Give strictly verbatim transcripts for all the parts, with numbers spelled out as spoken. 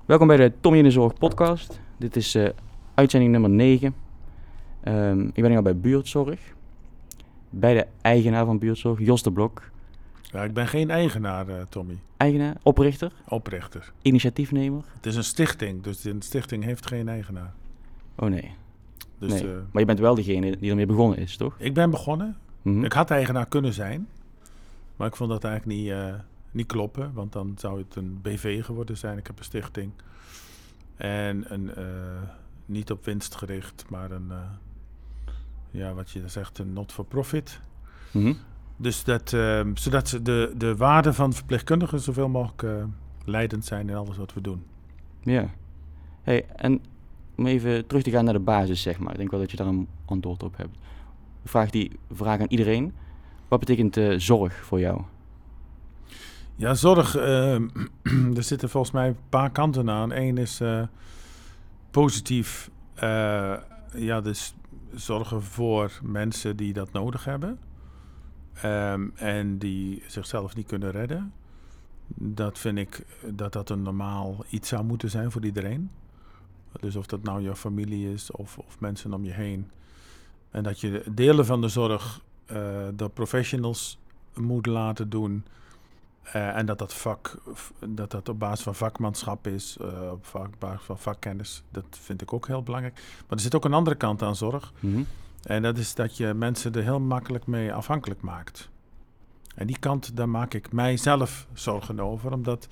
Welkom bij de Tommy in de Zorg podcast. Dit is uh, uitzending nummer negen. Um, ik ben hier al bij Buurtzorg. Bij de eigenaar van Buurtzorg, Jos de Blok. Ja, ik ben geen eigenaar, uh, Tommy. Eigenaar, oprichter? Oprichter. Initiatiefnemer? Het is een stichting, dus de stichting heeft geen eigenaar. Oh nee. Dus, nee. Uh, maar je bent wel degene die ermee begonnen is, toch? Ik ben begonnen. Mm-hmm. Ik had eigenaar kunnen zijn. Maar ik vond dat eigenlijk niet, uh, niet kloppen. Want dan zou het een B V geworden zijn. Ik heb een stichting. En een, uh, niet op winst gericht, maar een, uh, ja, wat je zegt, een not-for-profit. Mm-hmm. Dus dat, uh, zodat ze de, de waarde van verpleegkundigen zoveel mogelijk uh, leidend zijn in alles wat we doen. Ja. Hey, en om even terug te gaan naar de basis, zeg maar. Ik denk wel dat je daar een antwoord op hebt. Ik vraag die vraag aan iedereen. Wat betekent uh, zorg voor jou? Ja, zorg, uh, er zitten volgens mij een paar kanten aan. Eén is uh, positief, uh, ja, dus zorgen voor mensen die dat nodig hebben. Um, en die zichzelf niet kunnen redden. Dat vind ik dat dat een normaal iets zou moeten zijn voor iedereen. Dus of dat nou je familie is of, of mensen om je heen. En dat je delen van de zorg uh, door professionals moet laten doen. Uh, en dat dat vak, dat dat op basis van vakmanschap is, uh, op vak, basis van vakkennis. Dat vind ik ook heel belangrijk. Maar er zit ook een andere kant aan zorg. Mm-hmm. En dat is dat je mensen er heel makkelijk mee afhankelijk maakt. En die kant, daar maak ik mijzelf zorgen over. Omdat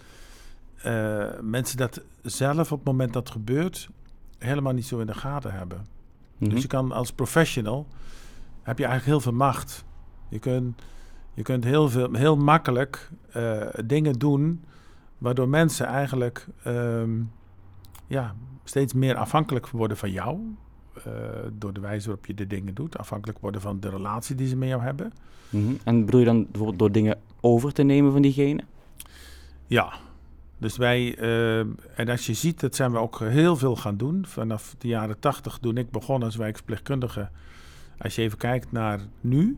uh, mensen dat zelf op het moment dat het gebeurt helemaal niet zo in de gaten hebben. Mm-hmm. Dus je kan als professional, heb je eigenlijk heel veel macht. Je kunt, je kunt heel, veel, heel makkelijk uh, dingen doen waardoor mensen eigenlijk um, ja, steeds meer afhankelijk worden van jou. Uh, door de wijze waarop je de dingen doet. Afhankelijk worden van de relatie die ze met jou hebben. Mm-hmm. En bedoel je dan bijvoorbeeld door dingen over te nemen van diegene? Ja. Dus wij, uh, en als je ziet, dat zijn we ook heel veel gaan doen. Vanaf de jaren tachtig, toen ik begon als wijkverpleegkundige. Als je even kijkt naar nu,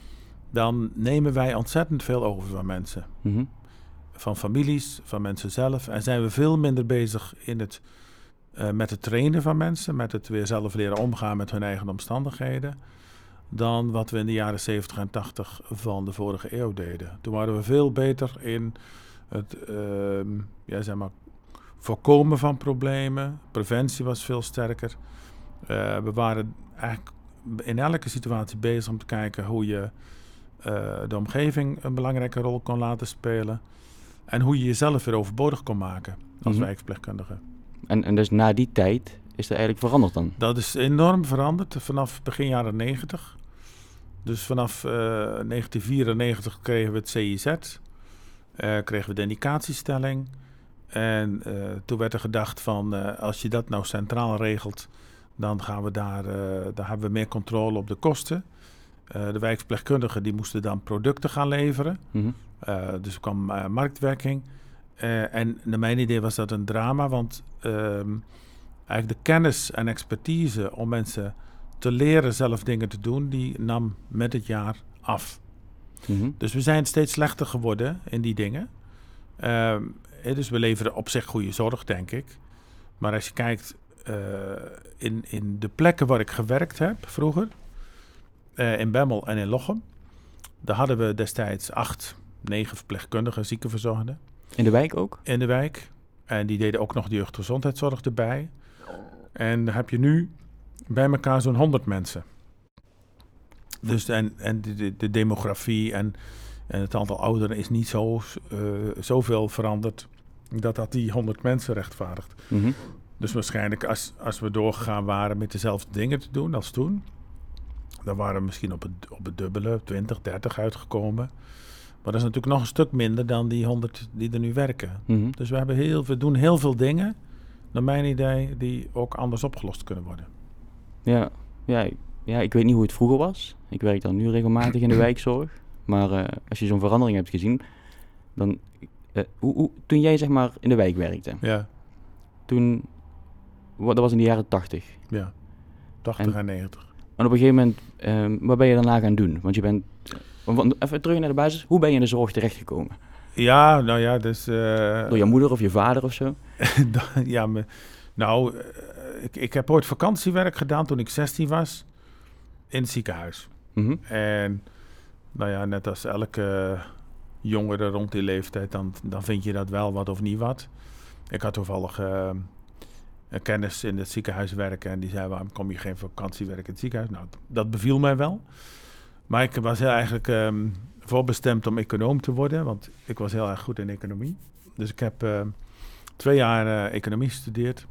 dan nemen wij ontzettend veel over van mensen. Mm-hmm. Van families, van mensen zelf. En zijn we veel minder bezig in het Uh, met het trainen van mensen, met het weer zelf leren omgaan met hun eigen omstandigheden, dan wat we in de jaren zeventig en tachtig van de vorige eeuw deden. Toen waren we veel beter in het uh, ja, zeg maar, voorkomen van problemen. Preventie was veel sterker. Uh, we waren eigenlijk in elke situatie bezig om te kijken hoe je uh, de omgeving een belangrijke rol kon laten spelen en hoe je jezelf weer overbodig kon maken als mm-hmm. wijkverpleegkundige. En, en dus na die tijd is er eigenlijk veranderd dan? Dat is enorm veranderd vanaf begin jaren negentig. Dus vanaf uh, negentien vierennegentig kregen we het C I Z. Uh, kregen we de indicatiestelling. En uh, toen werd er gedacht van uh, als je dat nou centraal regelt, dan gaan we daar, uh, daar hebben we meer controle op de kosten. Uh, de wijkverpleegkundigen die moesten dan producten gaan leveren. Mm-hmm. Uh, dus er kwam uh, marktwerking. Uh, en naar mijn idee was dat een drama, want uh, eigenlijk de kennis en expertise om mensen te leren zelf dingen te doen, die nam met het jaar af. Mm-hmm. Dus we zijn steeds slechter geworden in die dingen. Uh, dus we leveren op zich goede zorg, denk ik. Maar als je kijkt uh, in, in de plekken waar ik gewerkt heb vroeger, uh, in Bemmel en in Lochem, daar hadden we destijds acht, negen verpleegkundigen, ziekenverzorgenden. In de wijk ook? In de wijk. En die deden ook nog de jeugdgezondheidszorg erbij. En dan heb je nu bij elkaar zo'n honderd mensen. Dus en, en de, de, de demografie en, en het aantal ouderen is niet zo, uh, zoveel veranderd dat dat die honderd mensen rechtvaardigt. Mm-hmm. Dus waarschijnlijk als, als we doorgegaan waren met dezelfde dingen te doen als toen, dan waren we misschien op het, op het dubbele, twintig, dertig uitgekomen. Maar dat is natuurlijk nog een stuk minder dan die honderd die er nu werken. Mm-hmm. Dus we, hebben heel, we doen heel veel dingen, naar mijn idee, die ook anders opgelost kunnen worden. Ja, ja, ja, ik weet niet hoe het vroeger was. Ik werk dan nu regelmatig in de wijkzorg. Maar uh, als je zo'n verandering hebt gezien, dan... Uh, hoe, hoe, toen jij zeg maar in de wijk werkte, ja. toen... Dat was in de jaren tachtig. Ja, tachtig en, en negentig. En op een gegeven moment, um, wat ben je daarna gaan doen? Want je bent... Uh, even terug naar de basis, hoe ben je in de zorg terechtgekomen? Ja, nou ja, dus... Uh, Door je moeder of je vader of zo? ja, me, nou, uh, ik, ik heb ooit vakantiewerk gedaan toen ik zestien was in het ziekenhuis. Mm-hmm. En nou ja, net als elke jongere rond die leeftijd, dan, dan vind je dat wel wat of niet wat. Ik had toevallig uh, een kennis in het ziekenhuis werken en die zei, waarom kom je geen vakantiewerk in het ziekenhuis? Nou, dat beviel mij wel. Maar ik was heel eigenlijk um, voorbestemd om econoom te worden, want ik was heel erg goed in economie. Dus ik heb uh, twee jaar uh, economie gestudeerd.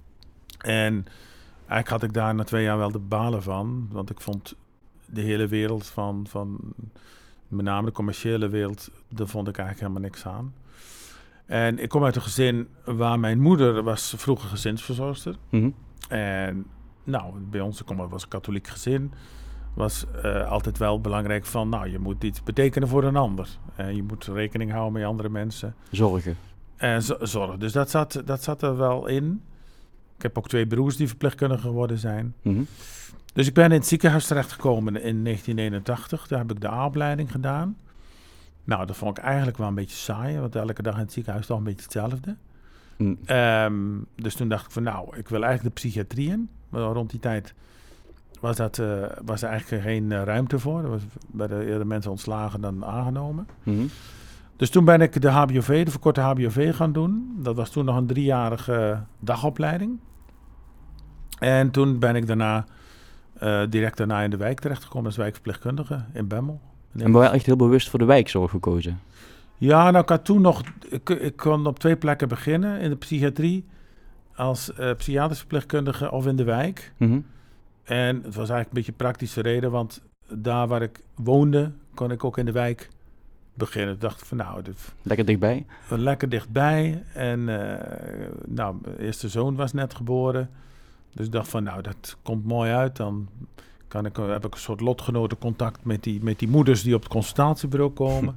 En eigenlijk had ik daar na twee jaar wel de balen van, want ik vond de hele wereld van, van met name de commerciële wereld, daar vond ik eigenlijk helemaal niks aan. En ik kom uit een gezin waar mijn moeder was vroeger gezinsverzorgster. Mm-hmm. En nou, bij ons, ik kom uit was een katholiek gezin, was uh, altijd wel belangrijk van, nou, je moet iets betekenen voor een ander. En je moet rekening houden met andere mensen. Zorgen. En z- zorgen. Dus dat zat, dat zat er wel in. Ik heb ook twee broers die verpleegkundige geworden zijn. Mm-hmm. Dus ik ben in het ziekenhuis terechtgekomen in negentien eenentachtig. Daar heb ik de A-opleiding gedaan. Nou, dat vond ik eigenlijk wel een beetje saai, want elke dag in het ziekenhuis toch een beetje hetzelfde. Mm. Um, dus toen dacht ik van, nou, ik wil eigenlijk de psychiatrie in. Maar rond die tijd was, dat, uh, was er eigenlijk geen uh, ruimte voor. Er was bij de eerder mensen ontslagen dan aangenomen. Mm-hmm. Dus toen ben ik de H B O V, de verkorte H B O V gaan doen. Dat was toen nog een driejarige dagopleiding. En toen ben ik daarna, uh, direct daarna in de wijk terechtgekomen als wijkverpleegkundige in Bemmel. En ben je wel echt heel bewust voor de wijkzorg gekozen? Ja, nou ik had toen nog, ik, ik kon op twee plekken beginnen. In de psychiatrie als uh, psychiatrisch verpleegkundige of in de wijk. Mm-hmm. En het was eigenlijk een beetje een praktische reden, want daar waar ik woonde, kon ik ook in de wijk beginnen. Toen dacht ik van nou, dit, lekker dichtbij? Lekker dichtbij. En uh, nou, mijn eerste zoon was net geboren. Dus ik dacht van nou, dat komt mooi uit. Dan kan ik, heb ik een soort lotgenotencontact met die, met die moeders die op het consultatiebureau komen.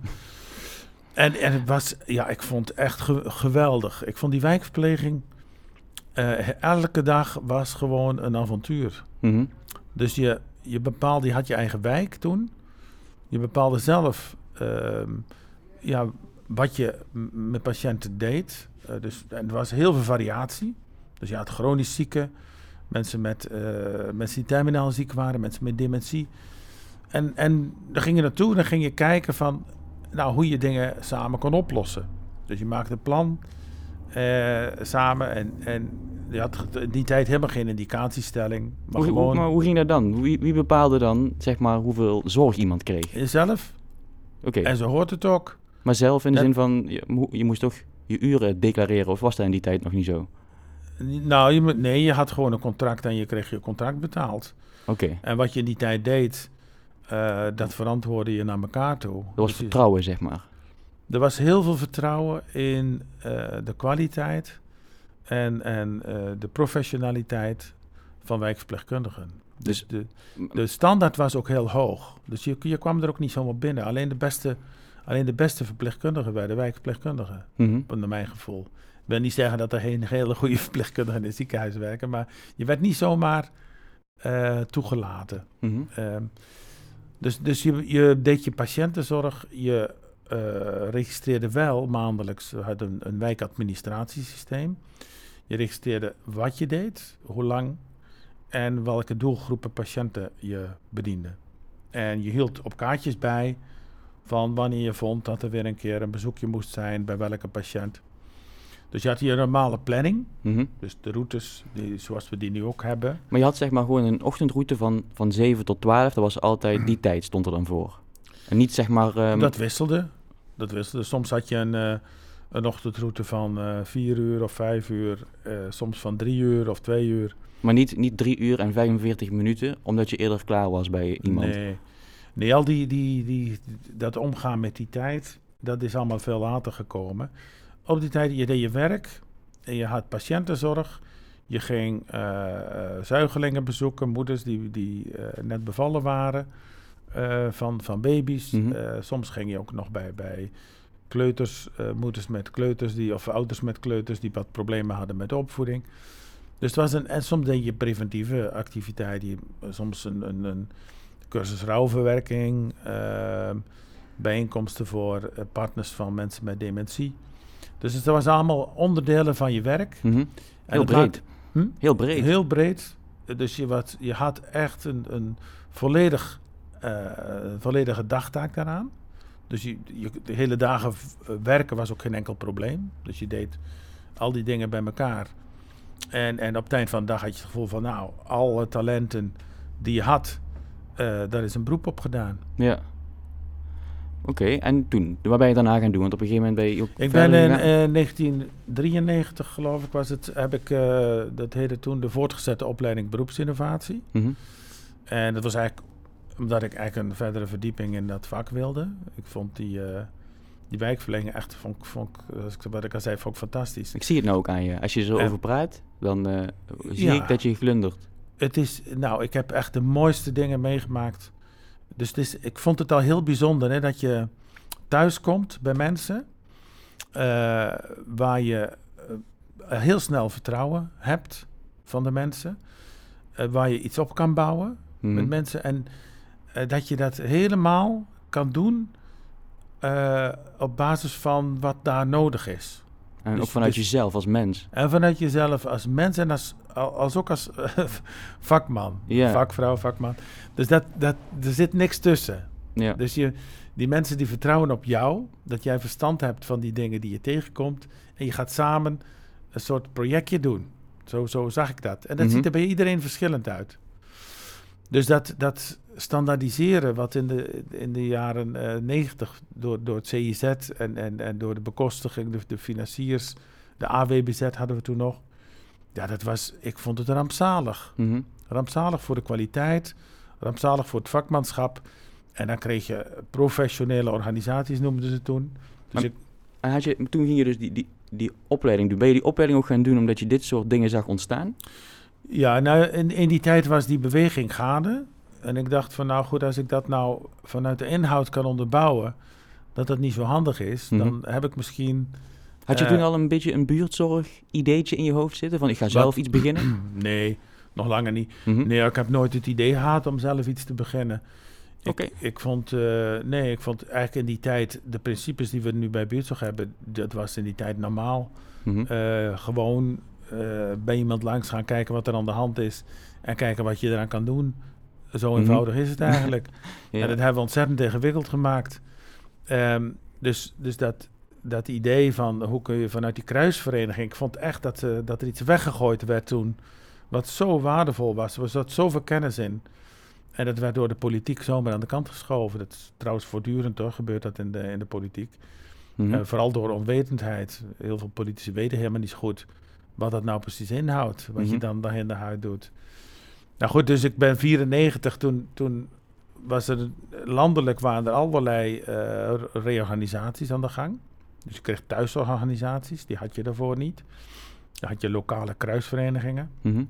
en, en het was, ja, ik vond het echt ge- geweldig. Ik vond die wijkverpleging, uh, elke dag was gewoon een avontuur. Mm-hmm. Dus je, je bepaalde, je had je eigen wijk toen. Je bepaalde zelf uh, ja, wat je m- met patiënten deed. Uh, dus, en er was heel veel variatie. Dus je had chronisch zieken, mensen, met, uh, mensen die terminaal ziek waren, mensen met dementie. En, en dan ging je naartoe, dan ging je kijken van, nou, hoe je dingen samen kon oplossen. Dus je maakte een plan uh, samen en, en je had in die tijd helemaal geen indicatiestelling. Maar, hoe, gewoon, hoe, maar hoe ging dat dan? Wie, wie bepaalde dan, zeg maar, hoeveel zorg iemand kreeg? Jezelf. Oké. Okay. En zo hoort het ook. Maar zelf in de en, zin van, je, je moest toch je uren declareren, of was dat in die tijd nog niet zo? Nou, je, nee, je had gewoon een contract en je kreeg je contract betaald. Oké. Okay. En wat je in die tijd deed, uh, dat verantwoordde je naar elkaar toe. Er was dus vertrouwen, je, zeg maar. Er was heel veel vertrouwen in uh, de kwaliteit en, en uh, de professionaliteit van wijkverpleegkundigen. Dus, dus de, de standaard was ook heel hoog. Dus je, je kwam er ook niet zomaar binnen. Alleen de beste, alleen de beste verpleegkundigen bij de wijkverpleegkundigen, mm-hmm. naar mijn gevoel. Ik wil niet zeggen dat er geen hele goede verpleegkundigen in het ziekenhuis werken, maar je werd niet zomaar uh, toegelaten. Mm-hmm. Uh, dus dus je, je deed je patiëntenzorg, je uh, registreerde wel maandelijks, we hadden een, een wijkadministratiesysteem. Je registreerde wat je deed, hoe lang en welke doelgroepen patiënten je bediende. En je hield op kaartjes bij van wanneer je vond dat er weer een keer een bezoekje moest zijn bij welke patiënt. Dus je had hier een normale planning, mm-hmm. dus de routes die, zoals we die nu ook hebben. Maar je had zeg maar gewoon een ochtendroute van, van zeven tot twaalf, dat was altijd die tijd stond er dan voor. En niet zeg maar... Um... Dat wisselde, dat wisselde. Soms had je een, uh, een ochtendroute van uh, vier uur of vijf uur, uh, soms van drie uur of twee uur. Maar niet, niet drie uur en vijfenveertig minuten, omdat je eerder klaar was bij iemand? Nee, nee al die, die, die, dat omgaan met die tijd, dat is allemaal veel later gekomen. Op die tijd, je deed je werk en je had patiëntenzorg. Je ging uh, uh, zuigelingen bezoeken, moeders die, die uh, net bevallen waren uh, van, van baby's. Mm-hmm. Uh, soms ging je ook nog bij, bij kleuters, uh, moeders met kleuters, die, of ouders met kleuters die wat problemen hadden met de opvoeding. Dus het was een, en soms deed je preventieve activiteiten, soms een, een, een cursus rouwverwerking. Uh, bijeenkomsten voor uh, partners van mensen met dementie. Dus het was allemaal onderdelen van je werk. Mm-hmm. Heel en breed. maakt, hm? Heel breed. Heel breed. Dus je, wat, je had echt een, een volledig, uh, volledige dagtaak daaraan. Dus je, je, de hele dagen v- werken was ook geen enkel probleem. Dus je deed al die dingen bij elkaar. En, en op het eind van de dag had je het gevoel van, nou, alle talenten die je had, uh, daar is een beroep op gedaan. Ja. Oké, okay, en toen? Wat ben je daarna gaan doen? Want op een gegeven moment ben je ook Ik ben in uh, negentien drieënnegentig, geloof ik, was het, heb ik, uh, dat heette toen de voortgezette opleiding beroepsinnovatie. Mm-hmm. En dat was eigenlijk omdat ik eigenlijk een verdere verdieping in dat vak wilde. Ik vond die, uh, die wijkverlening echt, vond, vond, als ik, wat ik al zei, vond ik fantastisch. Ik zie het nou ook aan je. Als je er zo en, over praat, dan uh, zie ja, ik dat je glundert. Het is, nou, ik heb echt de mooiste dingen meegemaakt. Dus het is, ik vond het al heel bijzonder, hè, dat je thuis komt bij mensen uh, waar je uh, heel snel vertrouwen hebt van de mensen. Uh, waar je iets op kan bouwen mm-hmm. met mensen. En uh, dat je dat helemaal kan doen uh, op basis van wat daar nodig is. En dus, ook vanuit dus, jezelf als mens. En vanuit jezelf als mens en als, als ook als uh, vakman. Yeah. Vakvrouw, vakman. Dus dat, dat, er zit niks tussen. Yeah. Dus je, die mensen die vertrouwen op jou, dat jij verstand hebt van die dingen die je tegenkomt. En je gaat samen een soort projectje doen. Zo, zo zag ik dat. En dat mm-hmm. ziet er bij iedereen verschillend uit. Dus dat, dat standaardiseren wat in de, in de jaren uh, negentig door, door het C I Z en, en, en door de bekostiging, de, de financiers, de A W B Z hadden we toen nog. Ja, dat was, ik vond het rampzalig. Mm-hmm. Rampzalig voor de kwaliteit, rampzalig voor het vakmanschap. En dan kreeg je professionele organisaties, noemden ze toen. Dus maar, ik, had je, toen ging je dus die, die, die opleiding doen. Ben je die opleiding ook gaan doen omdat je dit soort dingen zag ontstaan? Ja, nou, in, in die tijd was die beweging gaande. En ik dacht van, nou goed, als ik dat nou vanuit de inhoud kan onderbouwen, dat dat niet zo handig is, mm-hmm. dan heb ik misschien... Had je uh, toen al een beetje een buurtzorg-ideetje in je hoofd zitten? Van, ik ga zelf wat? iets beginnen? Nee, nog langer niet. Mm-hmm. Nee, ik heb nooit het idee gehad om zelf iets te beginnen. Ik, okay. ik vond, uh, nee, ik vond eigenlijk in die tijd, de principes die we nu bij buurtzorg hebben, dat was in die tijd normaal. Mm-hmm. Uh, gewoon uh, bij iemand langs gaan kijken wat er aan de hand is en kijken wat je eraan kan doen. Zo eenvoudig mm-hmm. is het eigenlijk. ja. En dat hebben we ontzettend ingewikkeld gemaakt. Um, dus dus dat, dat idee van hoe kun je vanuit die kruisvereniging... Ik vond echt dat, uh, dat er iets weggegooid werd toen, wat zo waardevol was. Er zat zoveel kennis in. En dat werd door de politiek zomaar aan de kant geschoven. Dat is trouwens voortdurend hoor, gebeurt dat in de, in de politiek. Mm-hmm. Uh, vooral door onwetendheid. Heel veel politici weten helemaal niet zo goed wat dat nou precies inhoudt. Wat mm-hmm. je dan daar in de huid doet. Nou goed, dus ik ben vierennegentig, toen, toen was er landelijk waren er allerlei uh, reorganisaties aan de gang. Dus je kreeg thuisorganisaties, die had je daarvoor niet. Dan had je lokale kruisverenigingen. Mm-hmm.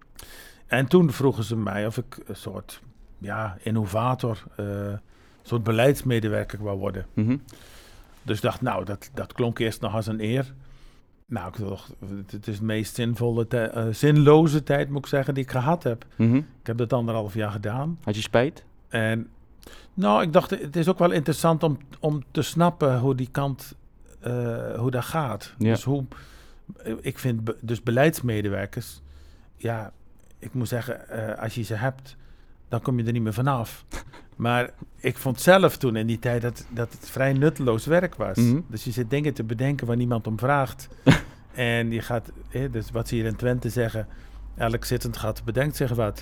En toen vroegen ze mij of ik een soort ja, innovator, uh, een soort beleidsmedewerker wou worden. Mm-hmm. Dus ik dacht, nou, dat, dat klonk eerst nog als een eer. Nou, ik dacht, het is de meest zinvolle te- uh, zinloze tijd, moet ik zeggen, die ik gehad heb. Mm-hmm. Ik heb dat anderhalf jaar gedaan. Had je spijt? En nou, ik dacht, het is ook wel interessant om, om te snappen hoe die kant, uh, hoe dat gaat. Ja. Dus hoe, ik vind be, dus beleidsmedewerkers, ja, ik moet zeggen, uh, als je ze hebt, dan kom je er niet meer vanaf. Maar ik vond zelf toen in die tijd dat, dat het vrij nutteloos werk was. Mm-hmm. Dus je zit dingen te bedenken waar niemand om vraagt. En je gaat, eh, dus wat ze hier in Twente zeggen, elk zittend gat bedenkt zich wat.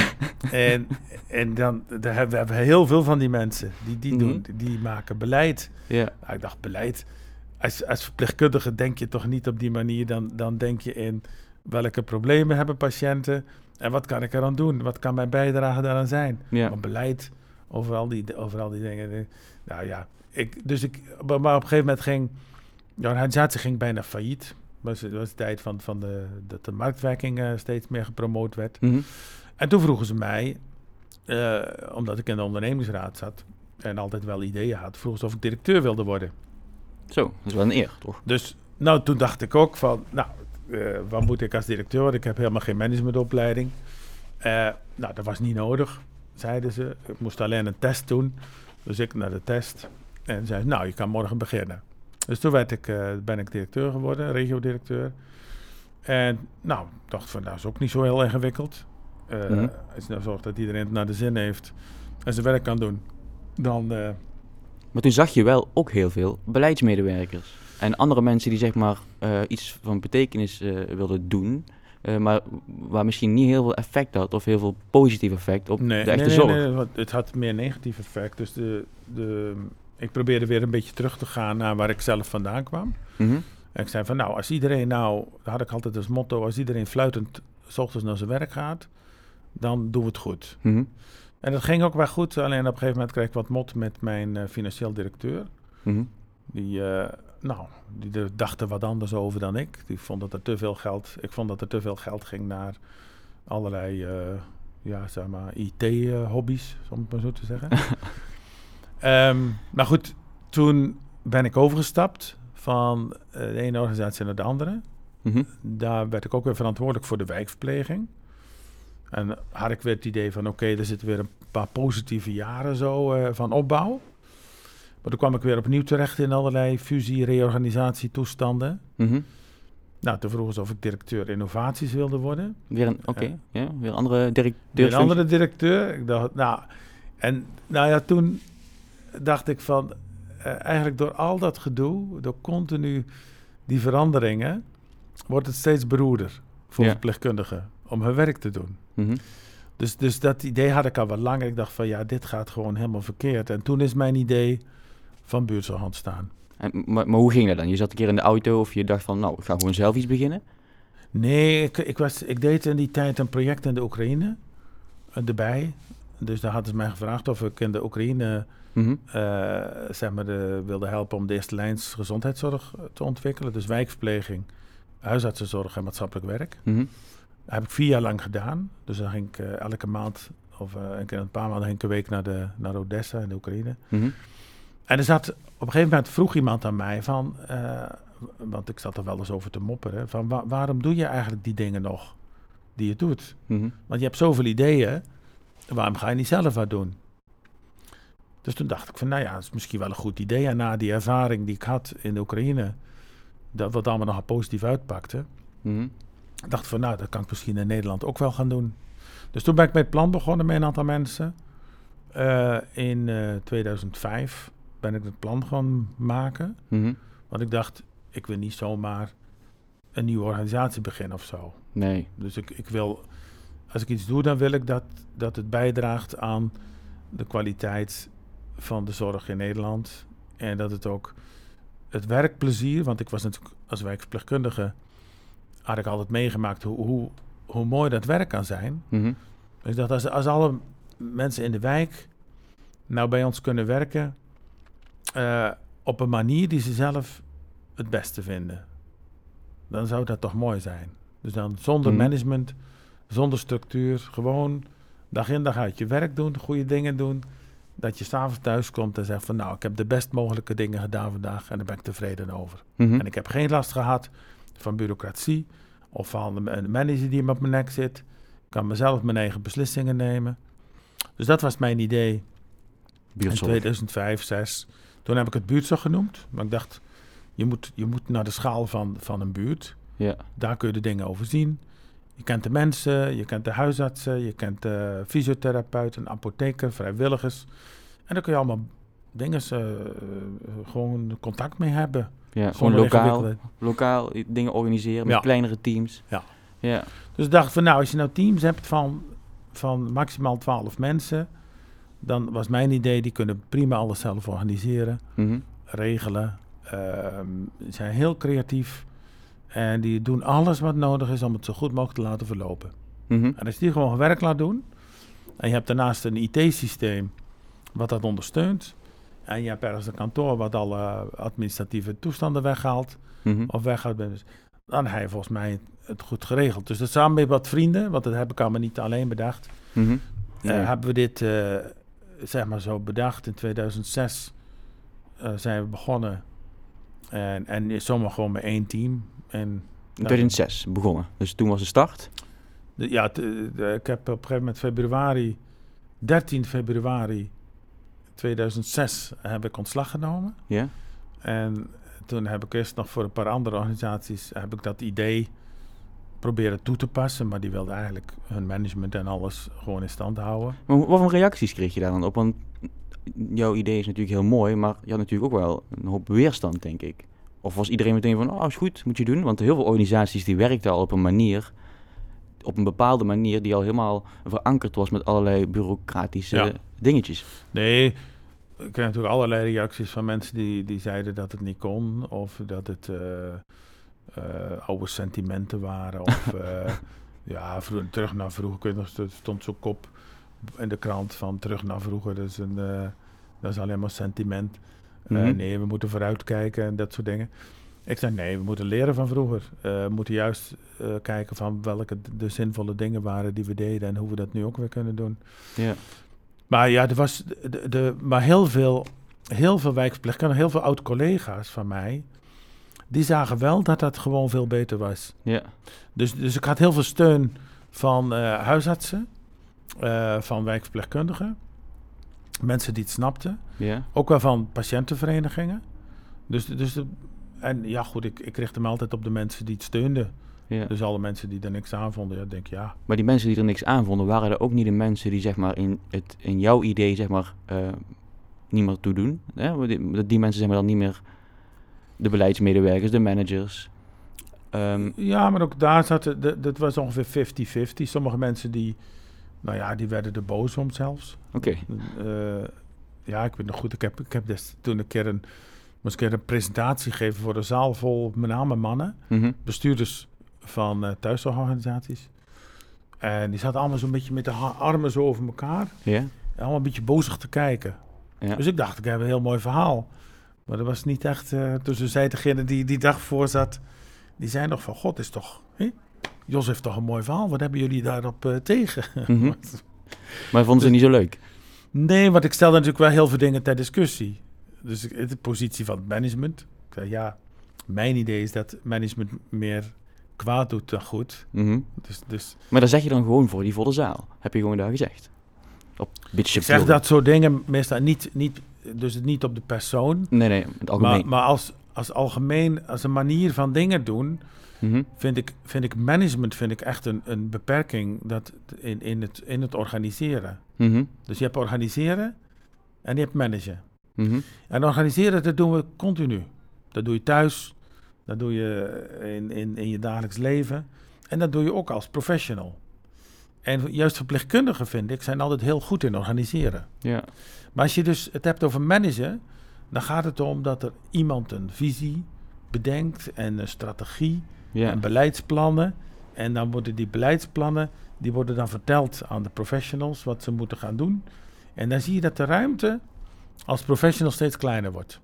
en en dan, daar hebben we hebben heel veel van die mensen. Die, die, mm-hmm. doen, die, die maken beleid. Yeah. Nou, ik dacht, beleid. Als, als verpleegkundige denk je toch niet op die manier. Dan, dan denk je in welke problemen hebben patiënten. En wat kan ik eraan doen? Wat kan mijn bijdrage daaraan zijn? Yeah. Maar beleid over al die, over al die dingen. Nou ja, ik, dus ik, maar op een gegeven moment ging... De organisatie ging bijna failliet. Dat was, was de tijd van, van de, dat de marktwerking uh, steeds meer gepromoot werd. Mm-hmm. En toen vroegen ze mij, uh, omdat ik in de ondernemingsraad zat en altijd wel ideeën had, vroegen ze of ik directeur wilde worden. Zo, dat is wel een eer, toch? Dus, nou, toen dacht ik ook van, nou, uh, wat moet ik als directeur? Ik heb helemaal geen managementopleiding. Uh, nou, dat was niet nodig, zeiden ze. Ik moest alleen een test doen. Dus ik naar de test. En zei, nou, je kan morgen beginnen. Dus toen werd ik, uh, ben ik directeur geworden, regiodirecteur. En nou, ik dacht van, nou, is ook niet zo heel ingewikkeld. Uh, mm-hmm. Als je nou zorgt dat iedereen het naar de zin heeft en zijn werk kan doen, dan... Uh... Maar toen zag je wel ook heel veel beleidsmedewerkers. En andere mensen die zeg maar uh, iets van betekenis uh, wilden doen... Uh, maar waar misschien niet heel veel effect had of heel veel positief effect op nee, de echte nee, zorg. Nee, nee, het had meer negatief effect. Dus de, de, ik probeerde weer een beetje terug te gaan naar waar ik zelf vandaan kwam. Mm-hmm. En ik zei van nou, als iedereen nou, dat had ik altijd als motto, als iedereen fluitend 's ochtends naar zijn werk gaat, dan doen we het goed. Mm-hmm. En dat ging ook wel goed, alleen op een gegeven moment kreeg ik wat mot met mijn uh, financieel directeur. Mm-hmm. Die... Uh, Nou, die dacht er wat anders over dan ik. Die vond dat er te veel geld... Ik vond dat er te veel geld ging naar allerlei, uh, ja, zeg maar, I T-hobby's, uh, om het maar zo te zeggen. um, maar goed, toen ben ik overgestapt van uh, de ene organisatie naar de andere. Mm-hmm. Daar werd ik ook weer verantwoordelijk voor de wijkverpleging. En had ik weer het idee van, oké, okay, er zitten weer een paar positieve jaren zo uh, van opbouw. Maar toen kwam ik weer opnieuw terecht in allerlei fusie, reorganisatie, toestanden. Mm-hmm. Nou, toen vroegen ze of ik directeur innovaties wilde worden. Weer een, oké, okay, uh, ja, weer een andere directeur. Weer een andere directeur. Ik dacht, nou, en nou ja, toen dacht ik van, uh, eigenlijk door al dat gedoe, door continu die veranderingen, wordt het steeds beroerder voor ja. verpleegkundigen om hun werk te doen. Mm-hmm. Dus, dus dat idee had ik al wat langer. Ik dacht van, ja, dit gaat gewoon helemaal verkeerd. En toen is mijn idee van buurtzorg ontstaan. En, maar, maar hoe ging dat dan? Je zat een keer in de auto of je dacht van, nou, ik ga gewoon zelf iets beginnen? Nee, ik, ik, was, ik deed in die tijd een project in de Oekraïne uh, erbij. Dus daar hadden ze mij gevraagd of ik in de Oekraïne mm-hmm. uh, zeg maar de, wilde helpen om de eerste lijns gezondheidszorg te ontwikkelen. Dus wijkverpleging, huisartsenzorg en maatschappelijk werk. Mm-hmm. Dat heb ik vier jaar lang gedaan. Dus dan ging ik uh, elke maand, of uh, een, keer een paar maanden, ging ik een week naar, de, naar Odessa in de Oekraïne. Mm-hmm. En er zat, op een gegeven moment vroeg iemand aan mij van, uh, want ik zat er wel eens over te mopperen, van wa- waarom doe je eigenlijk die dingen nog die je doet? Mm-hmm. Want je hebt zoveel ideeën, waarom ga je niet zelf wat doen? Dus toen dacht ik van, nou ja, dat is misschien wel een goed idee. En na die ervaring die ik had in de Oekraïne, dat wat allemaal nog positief uitpakte, mm-hmm. dacht ik van, nou, dat kan ik misschien in Nederland ook wel gaan doen. Dus toen ben ik met het plan begonnen met een aantal mensen. Uh, in uh, tweeduizend vijf ben ik het plan gaan maken. Mm-hmm. Want ik dacht, ik wil niet zomaar een nieuwe organisatie beginnen of zo. Nee. Dus ik, ik wil, als ik iets doe, dan wil ik dat, dat het bijdraagt aan de kwaliteit van de zorg in Nederland. En dat het ook het werkplezier, want ik was natuurlijk als wijkverpleegkundige, had ik altijd meegemaakt hoe, hoe, hoe mooi dat werk kan zijn. Mm-hmm. Dus ik dacht, als, als alle mensen in de wijk nou bij ons kunnen werken uh, op een manier die ze zelf het beste vinden, dan zou dat toch mooi zijn. Dus dan zonder mm-hmm. management, zonder structuur, gewoon dag in dag uit je werk doen, goede dingen doen, dat je s'avonds thuis komt en zegt van nou, ik heb de best mogelijke dingen gedaan vandaag en daar ben ik tevreden over. Mm-hmm. En ik heb geen last gehad van bureaucratie of van een manager die me op mijn nek zit. Ik kan mezelf mijn eigen beslissingen nemen. Dus dat was mijn idee Buurtzorg. in tweeduizend vijf, zes. Toen heb ik het buurtzorg genoemd. Maar ik dacht, je moet, je moet naar de schaal van, van een buurt. Ja. Daar kun je de dingen over zien. Je kent de mensen, je kent de huisartsen, je kent de fysiotherapeuten, apotheker, vrijwilligers. En daar kun je allemaal dingen, uh, gewoon contact mee hebben. Ja, gewoon lokaal, lokaal dingen organiseren met ja. kleinere teams. Ja. Ja. Dus ik dacht van nou, als je nou teams hebt van, van maximaal twaalf mensen, dan was mijn idee, die kunnen prima alles zelf organiseren, mm-hmm. regelen. Uh, die zijn heel creatief en die doen alles wat nodig is om het zo goed mogelijk te laten verlopen. Mm-hmm. En als je die gewoon werk laat doen, en je hebt daarnaast een I T-systeem wat dat ondersteunt, en je hebt ergens een kantoor wat alle administratieve toestanden weghaalt, mm-hmm. of weghaalt, dus dan heb je volgens mij het goed geregeld. Dus dat samen met wat vrienden, want dat heb ik allemaal niet alleen bedacht, mm-hmm. uh, nee. hebben we dit uh, zeg maar zo bedacht. In tweeduizend zes uh, zijn we begonnen en, en is zomaar gewoon met één team. En, in tweeduizend zes begonnen, dus toen was de start? De, ja, t, de, ik heb op een gegeven moment februari, dertien februari tweeduizend zes heb ik ontslag genomen. Ja? En toen heb ik eerst nog voor een paar andere organisaties heb ik dat idee proberen toe te passen, maar die wilden eigenlijk hun management en alles gewoon in stand houden. Maar wat voor reacties kreeg je daar dan op? Want jouw idee is natuurlijk heel mooi, maar je had natuurlijk ook wel een hoop weerstand, denk ik. Of was iedereen meteen van, oh, is goed, moet je doen? Want heel veel organisaties die werkten al op een manier, op een bepaalde manier die al helemaal verankerd was met allerlei bureaucratische Ja. dingetjes. Nee, ik kreeg natuurlijk allerlei reacties van mensen die, die zeiden dat het niet kon, of dat het uh, uh, oude sentimenten waren, of uh, ja, vro- terug naar vroeger. Er stond zo'n kop in de krant van terug naar vroeger, dat is, een, uh, dat is alleen maar sentiment. Uh, Mhm. Nee, we moeten vooruitkijken en dat soort dingen. Ik zei, nee, we moeten leren van vroeger. Uh, we moeten juist uh, kijken van welke de, de zinvolle dingen waren die we deden en hoe we dat nu ook weer kunnen doen. Ja. Maar ja, er was de, de, de, maar heel veel, heel veel wijkverpleegkundigen, heel veel oud-collega's van mij, die zagen wel dat dat gewoon veel beter was. Ja. Dus, dus ik had heel veel steun van uh, huisartsen, uh, van wijkverpleegkundigen, mensen die het snapten. Ja. Ook wel van patiëntenverenigingen. Dus, dus de, en ja, goed, ik, ik richtte me altijd op de mensen die het steunden. Ja. Dus alle mensen die er niks aan vonden, ja, denk ik, ja. Maar die mensen die er niks aan vonden, waren er ook niet de mensen die zeg maar in, het, in jouw idee zeg maar uh, niet meer toedoen? Hè? Die, die mensen zeg maar dan niet meer de beleidsmedewerkers, de managers. Um, Ja, maar ook daar zaten, de, dat was ongeveer vijftig vijftig. Sommige mensen die, nou ja, die werden er boos om zelfs. Oké. Okay. Uh, ja, ik weet nog goed, ik heb, ik heb des, toen een keer een, moest een keer een presentatie geven voor een zaal vol met name mannen, mm-hmm. bestuurders van uh, thuiszorgorganisaties. En die zaten allemaal zo'n beetje met de ha- armen zo over elkaar. Ja. Yeah. Allemaal een beetje bozig te kijken. Ja. Dus ik dacht, ik heb een heel mooi verhaal. Maar dat was niet echt, uh, toen zei degene die die dag voor zat, die zei nog van, god, is toch, hé? Jos heeft toch een mooi verhaal, wat hebben jullie daarop uh, tegen? Mm-hmm. Maar vonden ze dus, niet zo leuk? Nee, want ik stelde natuurlijk wel heel veel dingen ter discussie. Dus de positie van het management. Ik zei, ja, mijn idee is dat management meer kwaad doet dan goed. Mm-hmm. Dus, dus, maar dan zeg je dan gewoon voor die volle zaal. Heb je gewoon daar gezegd? Op ik zeg dat soort dingen meestal niet, niet, dus niet op de persoon. Nee, nee, het algemeen. Maar, maar als, als algemeen, als een manier van dingen doen, mm-hmm. vind, ik, vind ik management vind ik echt een, een beperking dat in, in, het, in het organiseren. Mm-hmm. Dus je hebt organiseren en je hebt managen. Mm-hmm. En organiseren, dat doen we continu. Dat doe je thuis, dat doe je in, in, in je dagelijks leven. En dat doe je ook als professional. En juist verpleegkundigen, vind ik, zijn altijd heel goed in organiseren. Ja. Maar als je dus het hebt over managen, dan gaat het om dat er iemand een visie bedenkt en een strategie ja. en beleidsplannen. En dan worden die beleidsplannen, die worden dan verteld aan de professionals wat ze moeten gaan doen. En dan zie je dat de ruimte als professional steeds kleiner wordt.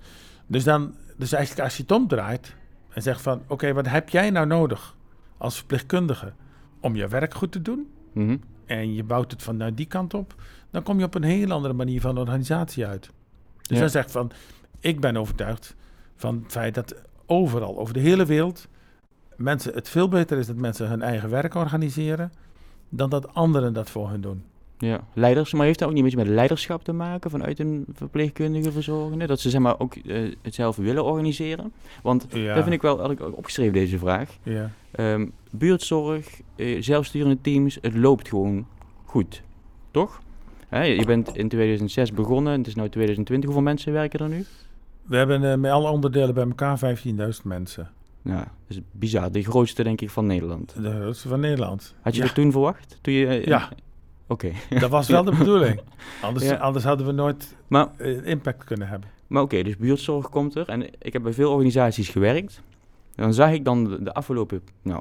Dus dan, dus eigenlijk als je het omdraait en zegt van, oké, okay, wat heb jij nou nodig als verpleegkundige om je werk goed te doen? Mm-hmm. En je bouwt het vanuit die kant op, dan kom je op een heel andere manier van organisatie uit. Dus ja. dan zegt van, ik ben overtuigd van het feit dat overal, over de hele wereld, mensen, het veel beter is dat mensen hun eigen werk organiseren, dan dat anderen dat voor hun doen. Ja, leiders, maar heeft dat ook niet een beetje met leiderschap te maken vanuit een verpleegkundige verzorgende? Dat ze zeg maar ook uh, het zelf willen organiseren? Want ja. dat vind ik wel, had ik ook opgeschreven deze vraag. Ja. Um, buurtzorg, uh, zelfsturende teams, het loopt gewoon goed, toch? Hè, je bent in tweeduizend zes begonnen, het is nu tweeduizend twintig. Hoeveel mensen werken er nu? We hebben uh, met alle onderdelen bij elkaar vijftienduizend mensen. Ja, dat is bizar. De grootste denk ik van Nederland. De grootste van Nederland. Had je ja. dat toen verwacht? Toen je, uh, ja. Oké. Okay. Dat was wel de bedoeling. Anders, ja. anders hadden we nooit maar, uh, impact kunnen hebben. Maar oké, okay, dus buurtzorg komt er. En ik heb bij veel organisaties gewerkt. En dan zag ik dan de, de afgelopen, nou,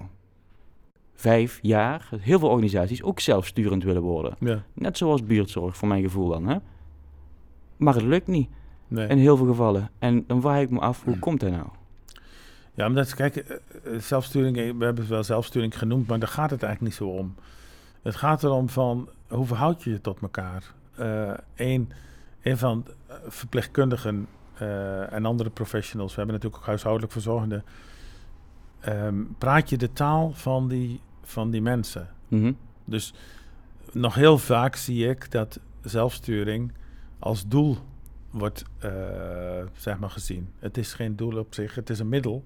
vijf jaar, heel veel organisaties ook zelfsturend willen worden. Ja. Net zoals buurtzorg, voor mijn gevoel dan. Hè? Maar het lukt niet. Nee. In heel veel gevallen. En dan vraag ik me af, hoe komt dat nou? Ja, omdat, kijk, zelfsturing, we hebben het wel zelfsturing genoemd, maar daar gaat het eigenlijk niet zo om. Het gaat erom van, hoe verhoud je je tot elkaar? Uh, een, een van verpleegkundigen uh, en andere professionals, we hebben natuurlijk ook huishoudelijk verzorgenden, um, praat je de taal van die, van die mensen. Mm-hmm. Dus nog heel vaak zie ik dat zelfsturing als doel wordt uh, zeg maar gezien. Het is geen doel op zich, het is een middel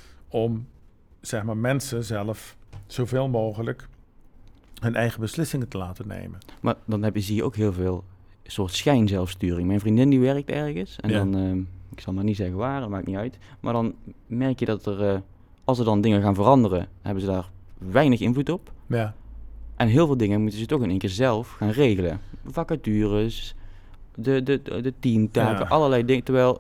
om zeg maar mensen zelf zoveel mogelijk hun eigen beslissingen te laten nemen. Maar dan heb je, zie je ook heel veel soort schijnzelfsturing. Mijn vriendin die werkt ergens en Ja. dan, uh, ik zal maar niet zeggen waar, dat maakt niet uit. Maar dan merk je dat er, uh, als er dan dingen gaan veranderen, hebben ze daar weinig invloed op. Ja. En heel veel dingen moeten ze toch in één keer zelf gaan regelen. Vacatures, de, de, de, de teamtaken, Ja. allerlei dingen. Terwijl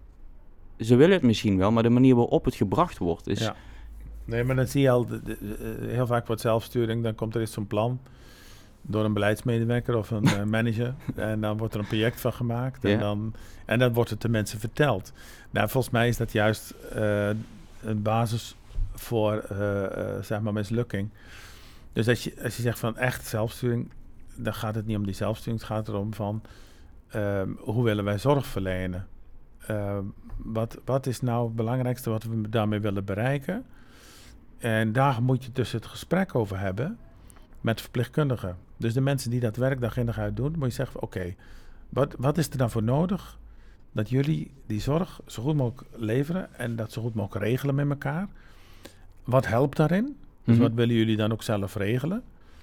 ze willen het misschien wel, maar de manier waarop het gebracht wordt is... Ja. Nee, maar dan zie je al, de, de, de, heel vaak wordt zelfsturing, dan komt er eens zo'n plan door een beleidsmedewerker of een uh, manager. En dan wordt er een project van gemaakt en, Ja. dan, en dan wordt het de mensen verteld. Nou, volgens mij is dat juist uh, een basis voor uh, uh, zeg maar mislukking. Dus als je, als je zegt van echt zelfsturing, dan gaat het niet om die zelfsturing. Het gaat erom van uh, hoe willen wij zorg verlenen? Uh, wat, wat is nou het belangrijkste wat we daarmee willen bereiken? En daar moet je dus het gesprek over hebben met verpleegkundigen. Dus de mensen die dat werk dag in dag uit doen, moet je zeggen, oké, okay, wat, wat is er dan voor nodig dat jullie die zorg zo goed mogelijk leveren en dat zo goed mogelijk regelen met elkaar? Wat helpt daarin? Dus Mm-hmm. wat willen jullie dan ook zelf regelen?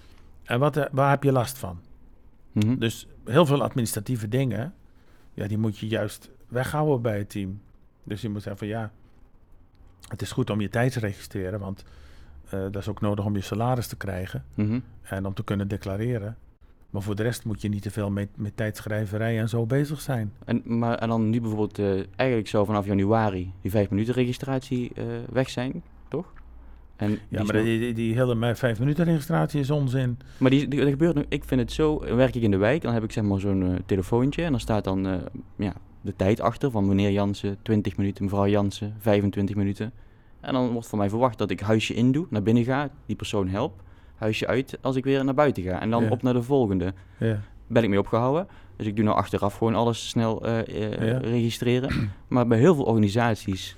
En wat, waar heb je last van? Mm-hmm. Dus heel veel administratieve dingen, ja, die moet je juist weghouden bij het team. Dus je moet zeggen van ja, het is goed om je tijd te registreren, want uh, dat is ook nodig om je salaris te krijgen Mm-hmm. en om te kunnen declareren. Maar voor de rest moet je niet te veel met, met tijdschrijverij en zo bezig zijn. En, maar, en dan nu bijvoorbeeld uh, eigenlijk zo vanaf januari die vijf minuten registratie uh, weg zijn, toch? En ja, maar die, die, die hele vijf minuten registratie is onzin. Maar die, die, dat gebeurt nu, ik vind het zo, werk ik in de wijk, dan heb ik zeg maar zo'n uh, telefoontje en dan staat dan uh, ja, de tijd achter van meneer Jansen, twintig minuten, mevrouw Jansen, vijfentwintig minuten. En dan wordt van mij verwacht dat ik huisje in doe, naar binnen ga, die persoon help, huisje uit als ik weer naar buiten ga. En dan ja. op naar de volgende. Ja. Ben ik mee opgehouden. Dus ik doe nou achteraf gewoon alles snel uh, uh, ja. registreren. Maar bij heel veel organisaties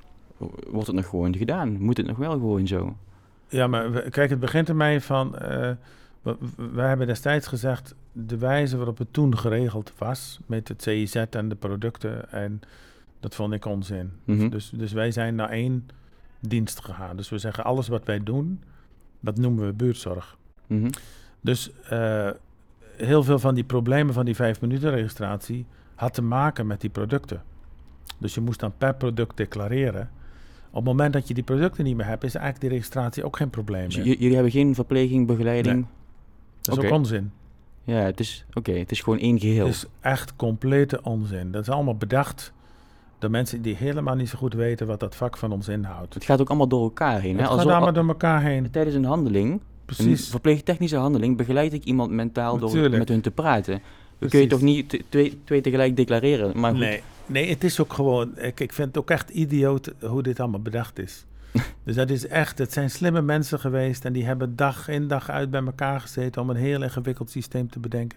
wordt het nog gewoon gedaan. Moet het nog wel gewoon zo. Ja, maar we, kijk, het begint ermee van... Uh, we, we hebben destijds gezegd... de wijze waarop het toen geregeld was... met het C I Z en de producten... en dat vond ik onzin. Mm-hmm. Dus, dus wij zijn naar één dienst gegaan. Dus we zeggen, alles wat wij doen... dat noemen we buurtzorg. Mm-hmm. Dus uh, heel veel van die problemen van die vijf minuten registratie... had te maken met die producten. Dus je moest dan per product declareren... Op het moment dat je die producten niet meer hebt, is eigenlijk die registratie ook geen probleem meer. Dus j- jullie hebben geen verpleging, begeleiding? Nee. Dat is okay. ook onzin. Ja, het is oké. Okay, het is gewoon één geheel. Het is echt complete onzin. Dat is allemaal bedacht door mensen die helemaal niet zo goed weten wat dat vak van ons inhoudt. Het gaat ook allemaal door elkaar heen. Het hè? gaat allemaal door elkaar heen. Tijdens een handeling, Precies. een verpleegtechnische handeling, begeleid ik iemand mentaal Natuurlijk. door met hun te praten. Dan Precies. kun je toch niet t- twee, twee tegelijk declareren. Maar goed. Nee. Nee, het is ook gewoon... Ik, ik vind het ook echt idioot hoe dit allemaal bedacht is. Dus dat is echt... Het zijn slimme mensen geweest... en die hebben dag in dag uit bij elkaar gezeten... om een heel ingewikkeld systeem te bedenken.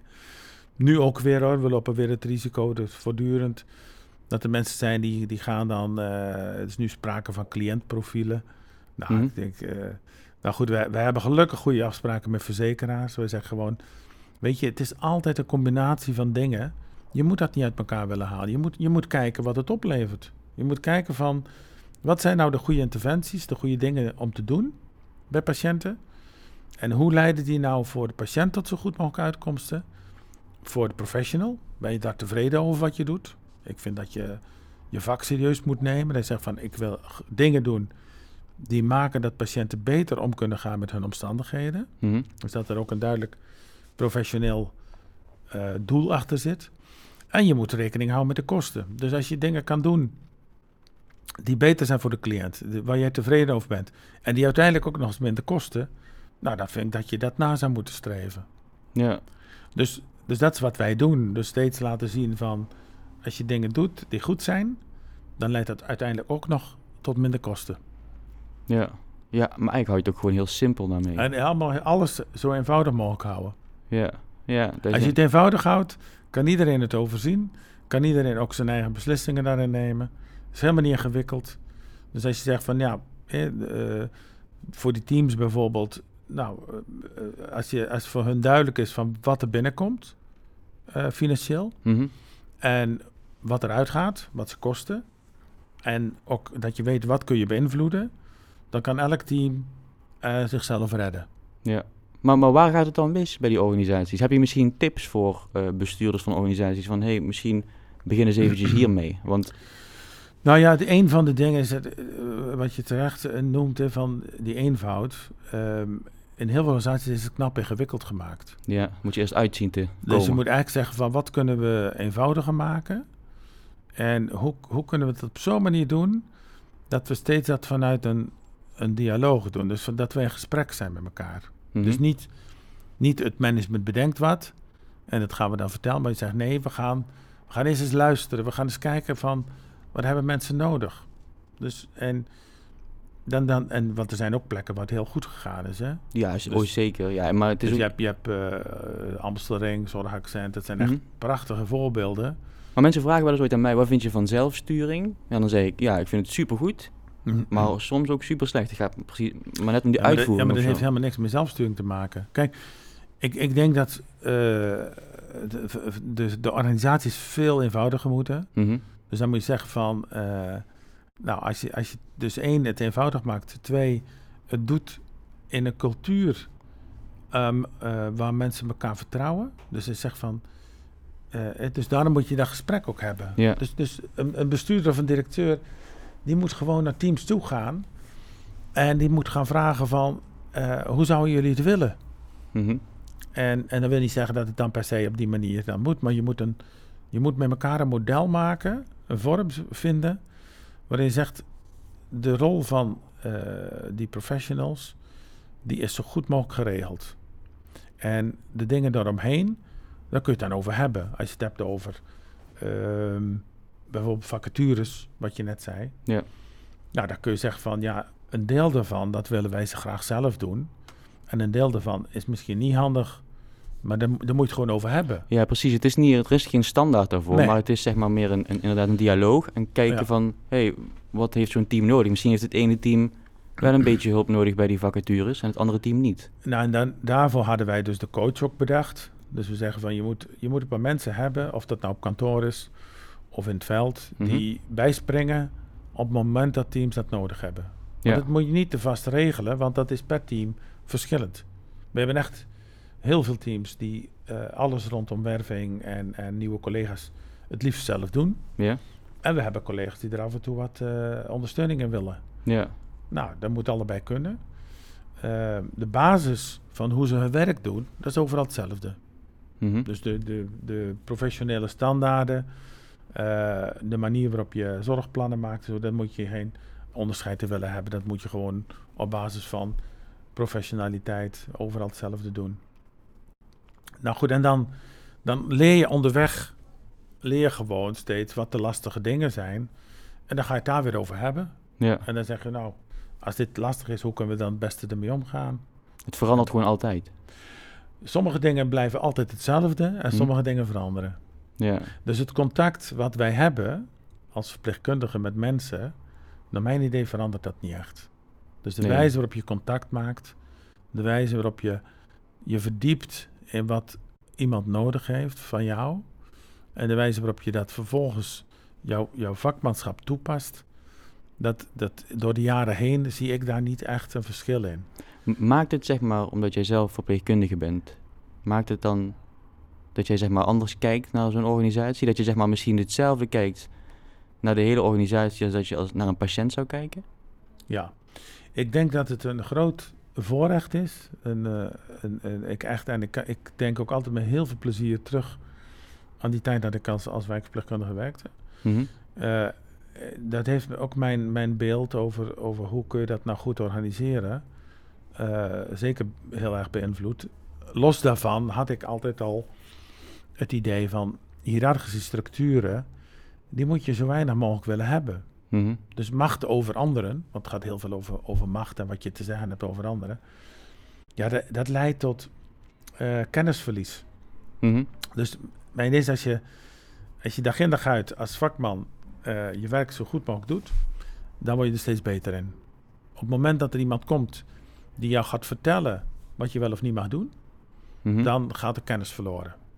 Nu ook weer hoor. We lopen weer het risico, dus voortdurend... dat er mensen zijn die, die gaan dan... Uh, er is nu sprake van cliëntprofielen. Nou, mm-hmm. ik denk... Uh, nou goed, wij, wij hebben gelukkig goede afspraken met verzekeraars. We zeggen gewoon... Weet je, het is altijd een combinatie van dingen... Je moet dat niet uit elkaar willen halen. Je moet, je moet kijken wat het oplevert. Je moet kijken van... wat zijn nou de goede interventies, de goede dingen om te doen bij patiënten? En hoe leiden die nou voor de patiënt tot zo goed mogelijk uitkomsten? Voor de professional, ben je daar tevreden over wat je doet? Ik vind dat je je vak serieus moet nemen. Dat je zegt van, ik wil dingen doen... die maken dat patiënten beter om kunnen gaan met hun omstandigheden. Mm-hmm. Dus dat er ook een duidelijk professioneel uh, doel achter zit... En je moet rekening houden met de kosten. Dus als je dingen kan doen die beter zijn voor de cliënt, waar jij tevreden over bent, en die uiteindelijk ook nog eens minder kosten, nou, dan vind ik dat je dat na zou moeten streven. Ja. Dus, dus dat is wat wij doen. Dus steeds laten zien van, als je dingen doet die goed zijn, dan leidt dat uiteindelijk ook nog tot minder kosten. Ja, ja, maar eigenlijk hou je het ook gewoon heel simpel daarmee. En allemaal alles zo eenvoudig mogelijk houden. Ja, ja. Als je het eenvoudig houdt, kan iedereen het overzien. Kan iedereen ook zijn eigen beslissingen daarin nemen. Het is helemaal niet ingewikkeld. Dus als je zegt van ja, eh, uh, voor die teams bijvoorbeeld, nou, uh, als, je, als voor hun duidelijk is van wat er binnenkomt, uh, financieel. Mm-hmm. En wat eruit gaat, wat ze kosten. En ook dat je weet wat kun je beïnvloeden. Dan kan elk team uh, zichzelf redden. Ja, maar, maar waar gaat het dan mis bij die organisaties? Heb je misschien tips voor uh, bestuurders van organisaties? Van, hé, hey, misschien beginnen ze eventjes hiermee. Want... Nou ja, de, een van de dingen is het, uh, wat je terecht uh, noemt, hè, van die eenvoud. Um, in heel veel organisaties is het knap ingewikkeld gemaakt. Ja, moet je eerst uitzien te komen. Dus je moet eigenlijk zeggen van, wat kunnen we eenvoudiger maken? En hoe, hoe kunnen we het op zo'n manier doen, dat we steeds dat vanuit een, een dialoog doen. Dus dat we in gesprek zijn met elkaar. Mm-hmm. Dus niet, niet het management bedenkt wat, en dat gaan we dan vertellen, maar je zegt nee, we gaan, we gaan eens eens luisteren. We gaan eens kijken van, wat hebben mensen nodig? Dus, en, dan, dan, en, want er zijn ook plekken waar het heel goed gegaan is. Hè? Ja, dus, oh, zeker. Ja, maar het is dus ook... je hebt, je hebt uh, Amstelring, Zorgaccent, dat zijn echt mm-hmm. prachtige voorbeelden. Maar mensen vragen wel eens ooit aan mij, wat vind je van zelfsturing? En dan zeg ik, ja, ik vind het supergoed, mm-hmm. maar soms ook super slecht. Ik ga precies, maar net om die ja, maar uitvoering. Dat, ja, maar dat zo. heeft helemaal niks met zelfsturing te maken. Kijk, ik, ik denk dat uh, de, de, de organisaties veel eenvoudiger moeten. Mm-hmm. Dus dan moet je zeggen van, uh, nou, als je, als je dus één, het eenvoudig maakt, twee, het doet in een cultuur um, uh, waar mensen elkaar vertrouwen. Dus je zegt van, uh, dus daarom moet je dat gesprek ook hebben. Ja. Dus, dus een, een bestuurder of een directeur, die moet gewoon naar teams toe gaan en die moet gaan vragen van, uh, hoe zouden jullie het willen? Mm-hmm. En, en dat wil niet zeggen dat het dan per se op die manier dan moet, maar je moet, een, je moet met elkaar een model maken, een vorm vinden, waarin je zegt, de rol van uh, die professionals, die is zo goed mogelijk geregeld. En de dingen daaromheen, daar kun je het dan over hebben. Als je het hebt over uh, bijvoorbeeld vacatures, wat je net zei. Ja. Nou, dan kun je zeggen van, ja, een deel daarvan, dat willen wij ze graag zelf doen. En een deel daarvan is misschien niet handig, maar daar, daar moet je het gewoon over hebben. Ja, precies. Het is niet, er is geen standaard daarvoor, nee. maar het is zeg maar meer een, een, inderdaad een dialoog. En kijken ja. van, hé, hey, wat heeft zo'n team nodig? Misschien heeft het ene team wel een beetje hulp nodig bij die vacatures en het andere team niet. Nou, en dan, daarvoor hadden wij dus de coach ook bedacht. Dus we zeggen van, je moet, je moet een paar mensen hebben, of dat nou op kantoor is of in het veld, mm-hmm. die bijspringen op het moment dat teams dat nodig hebben. Maar ja. dat moet je niet te vast regelen, want dat is per team verschillend. We hebben echt heel veel teams die uh, alles rondom werving en, en nieuwe collega's het liefst zelf doen. Ja. En we hebben collega's die er af en toe wat uh, ondersteuning in willen. Ja. Nou, dat moet allebei kunnen. Uh, de basis van hoe ze hun werk doen, dat is overal hetzelfde. Mm-hmm. Dus de, de, de professionele standaarden, uh, de manier waarop je zorgplannen maakt, zo, daar moet je geen onderscheid te willen hebben. Dat moet je gewoon op basis van professionaliteit overal hetzelfde doen. Nou goed, en dan, dan leer je onderweg, leer gewoon steeds wat de lastige dingen zijn. En dan ga je het daar weer over hebben. Ja. En dan zeg je, nou, als dit lastig is, hoe kunnen we dan het beste ermee omgaan? Het verandert gewoon altijd. Sommige dingen blijven altijd hetzelfde en hm. sommige dingen veranderen. Ja. Dus het contact wat wij hebben als verpleegkundigen met mensen, naar mijn idee verandert dat niet echt. Dus de nee. wijze waarop je contact maakt, de wijze waarop je je verdiept in wat iemand nodig heeft van jou en de wijze waarop je dat vervolgens jou, jouw vakmanschap toepast, dat, dat door de jaren heen zie ik daar niet echt een verschil in. Maakt het, zeg maar, omdat jij zelf verpleegkundige bent, maakt het dan dat jij, zeg maar, anders kijkt naar zo'n organisatie? Dat je, zeg maar, misschien hetzelfde kijkt naar de hele organisatie als dat je als naar een patiënt zou kijken? Ja, ik denk dat het een groot voorrecht is. En, uh, en, en ik, echt, en ik, ik denk ook altijd met heel veel plezier terug aan die tijd dat ik als, als wijkverpleegkundige werkte. Mm-hmm. Uh, dat heeft ook mijn, mijn beeld over, over hoe kun je dat nou goed organiseren, uh, zeker heel erg beïnvloed. Los daarvan had ik altijd al het idee van hiërarchische structuren, die moet je zo weinig mogelijk willen hebben. Mm-hmm. Dus macht over anderen, want het gaat heel veel over, over macht en wat je te zeggen hebt over anderen. Ja, dat, dat leidt tot uh, kennisverlies. Mm-hmm. Dus mijn idee is, als je, als je dag in dag uit als vakman uh, je werk zo goed mogelijk doet, dan word je er steeds beter in. Op het moment dat er iemand komt die jou gaat vertellen wat je wel of niet mag doen, mm-hmm. dan gaat de kennis verloren.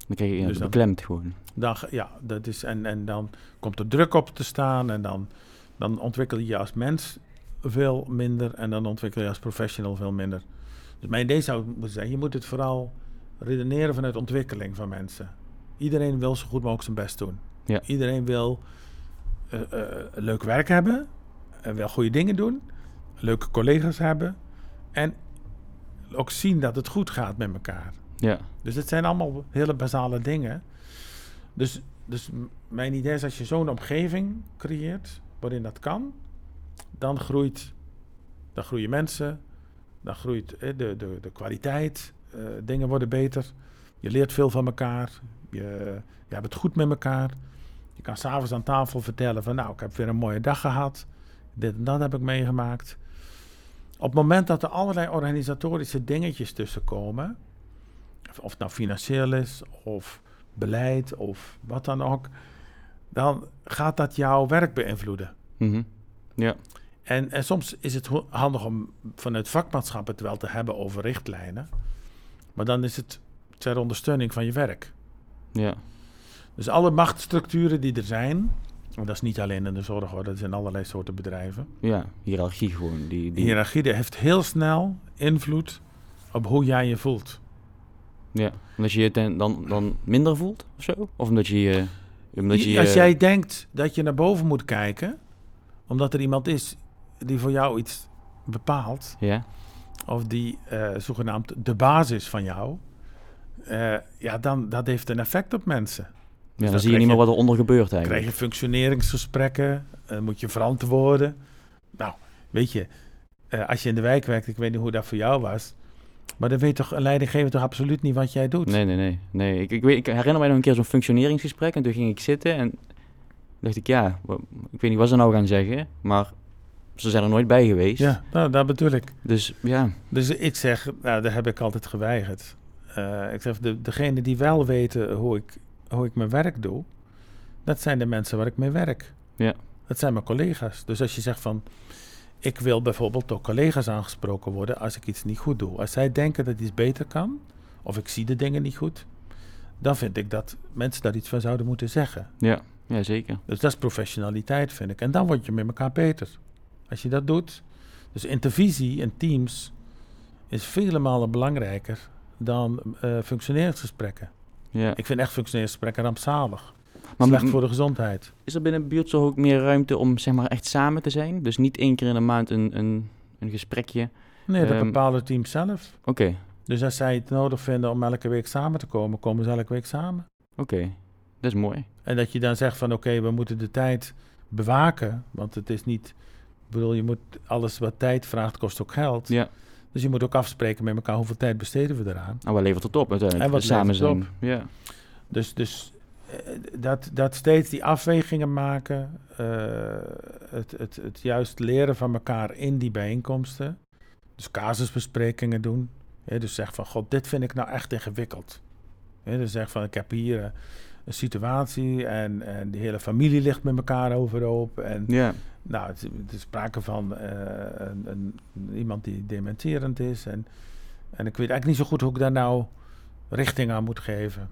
Dan krijg je ja, Dus dan- beklemd gewoon. Dan, ge- ja, dat is, en, en dan komt er druk op te staan en dan, dan ontwikkel je je als mens veel minder en dan ontwikkel je als professional veel minder. Dus mijn idee zou moeten zijn, je moet het vooral redeneren vanuit ontwikkeling van mensen. Iedereen wil zo goed mogelijk zijn best doen. Ja. Iedereen wil uh, uh, leuk werk hebben, en wil goede dingen doen, leuke collega's hebben en ook zien dat het goed gaat met elkaar. Ja, Dus het zijn allemaal hele basale dingen. Dus, dus m- mijn idee is als je zo'n omgeving creëert waarin dat kan, dan groeit, dan groeien mensen, dan groeit eh, de, de, de kwaliteit, eh, dingen worden beter, je leert veel van elkaar, je, je hebt het goed met elkaar. Je kan s'avonds aan tafel vertellen van nou, ik heb weer een mooie dag gehad, dit en dat heb ik meegemaakt. Op het moment dat er allerlei organisatorische dingetjes tussen komen, of, of het nou financieel is, of beleid, of wat dan ook, dan gaat dat jouw werk beïnvloeden. mhm. Ja, En, en soms is het ho- handig om vanuit vakmanschap het wel te hebben over richtlijnen, maar dan is het ter ondersteuning van je werk. ja, Dus alle machtsstructuren die er zijn, en dat is niet alleen in de zorg hoor, dat is in allerlei soorten bedrijven. ja. Hiërarchie gewoon. Die, Die die, hiërarchie die heeft heel snel invloed op hoe jij je voelt. ja. Omdat je je ten- dan, dan minder voelt of zo? Of omdat je je... Omdat je, Als je- jij denkt dat je naar boven moet kijken, omdat er iemand is die voor jou iets bepaalt, Ja, of die eh, zogenaamd de basis van jou, eh, ja, dan dat heeft een effect op mensen. ja dan dan zie je krijg niet meer je- wat er onder gebeurt Dan krijg eigenlijk. je functioneringsgesprekken, eh, moet je verantwoorden. Nou, weet je, eh, als je in de wijk werkt, ik weet niet hoe dat voor jou was, maar dan weet toch een leidinggever toch absoluut niet wat jij doet. Nee, nee, nee. nee. Ik, ik, weet, ik herinner mij nog een keer zo'n functioneringsgesprek en toen ging ik zitten en dacht ik, ja, wa- ik weet niet wat ze nou gaan zeggen, maar ze zijn er nooit bij geweest. Ja, nou, dat bedoel ik. Dus ja, Dus ik zeg, nou, dat heb ik altijd geweigerd. Eh, ik zeg, de, degene die wel weten hoe ik, hoe ik mijn werk doe, dat zijn de mensen waar ik mee werk. Ja. Dat zijn mijn collega's. Dus als je zegt van, ik wil bijvoorbeeld door collega's aangesproken worden als ik iets niet goed doe. Als zij denken dat iets beter kan, of ik zie de dingen niet goed, dan vind ik dat mensen daar iets van zouden moeten zeggen. ja, ja, zeker. Dus dat is professionaliteit, vind ik. En dan word je met elkaar beter. Als je dat doet. Dus intervisie in teams is vele malen belangrijker dan uh, functioneringsgesprekken. Ja. Ik vind echt functioneringsgesprekken rampzalig. Maar Slecht m- voor de gezondheid. Is er binnen buurtzorg ook meer ruimte om zeg maar echt samen te zijn? Dus niet één keer in de maand een, een, een gesprekje? Nee, dat Ehm, bepalen teams zelf. Oké, Dus als zij het nodig vinden om elke week samen te komen, komen ze elke week samen. oké. Dat is mooi. En dat je dan zegt van oké, we moeten de tijd bewaken. Want het is niet, ik bedoel, je moet alles wat tijd vraagt, kost ook geld. Ja. Dus je moet ook afspreken met elkaar hoeveel tijd besteden we eraan. Nou, wat levert het op uiteindelijk? En wat samen levert het zijn. Ja. Dus, dus eh, dat, dat steeds die afwegingen maken, eh, het, het, het juist leren van elkaar in die bijeenkomsten. Dus casusbesprekingen doen. Hè, dus zeg van, god, dit vind ik nou echt ingewikkeld. Hè, dus zeg van, ik heb hier eh, een situatie en, en die hele familie ligt met elkaar overhoop. En Ja. nou, het, het is sprake van eh, een, een, iemand die dementerend is. En, en ik weet eigenlijk niet zo goed hoe ik daar nou richting aan moet geven.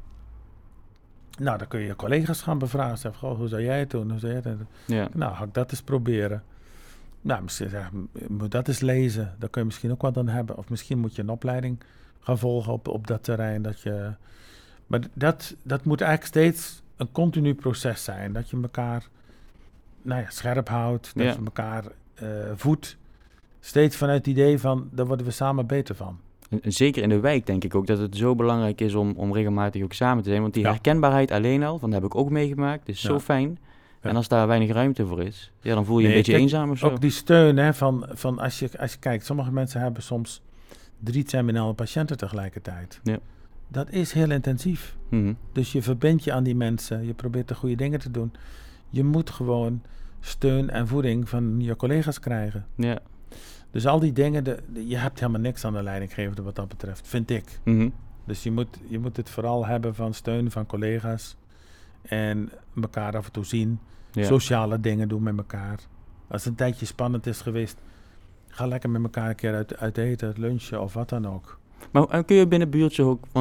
Nou, dan kun je je collega's gaan bevragen. Zeg, goh, hoe zou jij het doen? Hoe zou jij het doen? Ja. Nou, ga ik dat eens proberen. Nou, misschien zeg, je moet dat eens lezen. Daar kun je misschien ook wat aan hebben. Of misschien moet je een opleiding gaan volgen op, op dat terrein. Dat je, maar dat, dat moet eigenlijk steeds een continu proces zijn. Dat je elkaar nou ja, scherp houdt. Dat Ja. je elkaar uh, voedt. Steeds vanuit het idee van, daar worden we samen beter van. En, en zeker in de wijk denk ik ook dat het zo belangrijk is om, om regelmatig ook samen te zijn. Want die Ja. herkenbaarheid alleen al, van dat heb ik ook meegemaakt, is zo Ja. fijn. Ja. En als daar weinig ruimte voor is, ja, dan voel je je Nee, een beetje kijk, eenzaam of zo. Ook die steun, hè, van, van als, je, als je kijkt, sommige mensen hebben soms drie terminale patiënten tegelijkertijd. Ja. Dat is heel intensief. Mhm. Dus je verbindt je aan die mensen, je probeert de goede dingen te doen. Je moet gewoon steun en voeding van je collega's krijgen. Ja. Dus al die dingen, de, de- je hebt helemaal niks aan de leidinggevende wat dat betreft, vind ik. Mhm. Dus je moet, je moet het vooral hebben van steun van collega's en elkaar af en toe zien. Ja. Sociale dingen doen met elkaar. Als het een tijdje spannend is geweest, ga lekker met elkaar een keer uit, uit eten, lunchen of wat dan ook. Maar uh, kun je binnen buurtzorg ook, want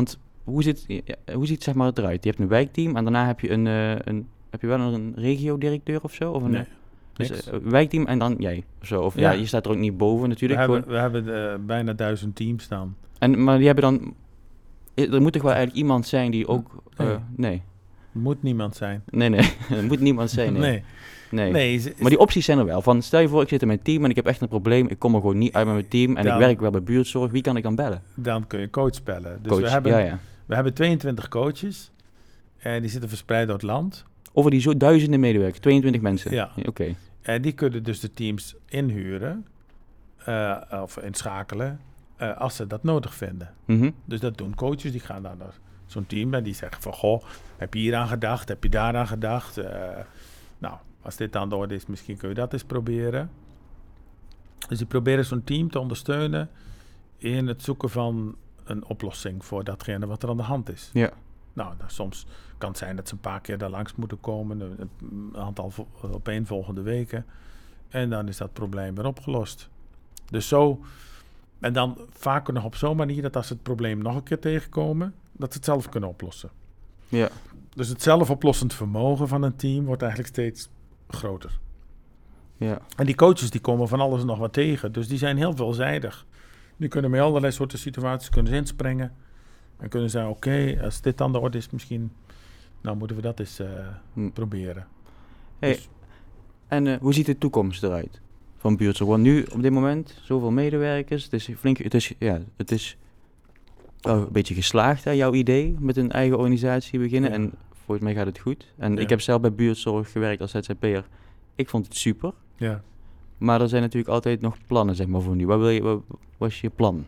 hoe, zit, ja, hoe ziet zeg maar, het eruit? Je hebt een wijkteam en daarna heb je een, uh, een heb je wel een regio-directeur of zo? Of een, Nee, dus, niks. uh, wijkteam en dan jij of zo? Of ja, Ja. je staat er ook niet boven natuurlijk. We gewoon. hebben, we hebben uh, bijna duizend teams staan. En, maar die hebben dan... Er moet toch wel eigenlijk iemand zijn die ook... Uh, Nee. nee. Moet niemand zijn. Nee, nee. Er moet niemand zijn, nee. nee. nee. nee is, is maar die opties zijn er wel. Van, stel je voor, ik zit in mijn team en ik heb echt een probleem. Ik kom er gewoon niet uit met mijn team en dan, ik werk wel bij buurtzorg. Wie kan ik dan bellen? Dan kun je coach bellen. Dus coach, we hebben, ja, ja. we hebben tweeëntwintig coaches. En die zitten verspreid door het land. Over die zo duizenden medewerkers, tweeëntwintig mensen? Ja. ja Oké. Okay. En die kunnen dus de teams inhuren uh, of inschakelen uh, als ze dat nodig vinden. Mm-hmm. Dus dat doen coaches, die gaan dan naar zo'n team en die zeggen van, goh, heb je hier aan gedacht, heb je daar aan gedacht? Uh, nou, als dit aan de orde is, misschien kun je dat eens proberen. Dus die proberen zo'n team te ondersteunen in het zoeken van een oplossing voor datgene wat er aan de hand is. Ja. Nou, nou, soms kan het zijn dat ze een paar keer daar langs moeten komen, een, een aantal vo- opeenvolgende weken. En dan is dat probleem weer opgelost. Dus zo, en dan vaker nog op zo'n manier dat als ze het probleem nog een keer tegenkomen, dat ze het zelf kunnen oplossen. Ja. Dus het zelfoplossend vermogen van een team wordt eigenlijk steeds groter. Ja. En die coaches die komen van alles en nog wat tegen, dus die zijn heel veelzijdig. Die kunnen met allerlei soorten situaties kunnen inspringen. En kunnen zeggen, oké, okay, als dit aan de orde is, misschien, nou moeten we dat eens uh, hm. proberen. Hey, dus. En uh, hoe ziet de toekomst eruit van buurtzorg? Want nu, op dit moment, zoveel medewerkers, het is flink, het is, ja, het is oh, een beetje geslaagd, hè, jouw idee, met een eigen organisatie beginnen. Ja. En volgens mij gaat het goed. En ja. ik heb zelf bij buurtzorg gewerkt als Z Z P'er. Ik vond het super. Ja. Maar er zijn natuurlijk altijd nog plannen, zeg maar, voor nu. Wat, wil je, wat was je plan?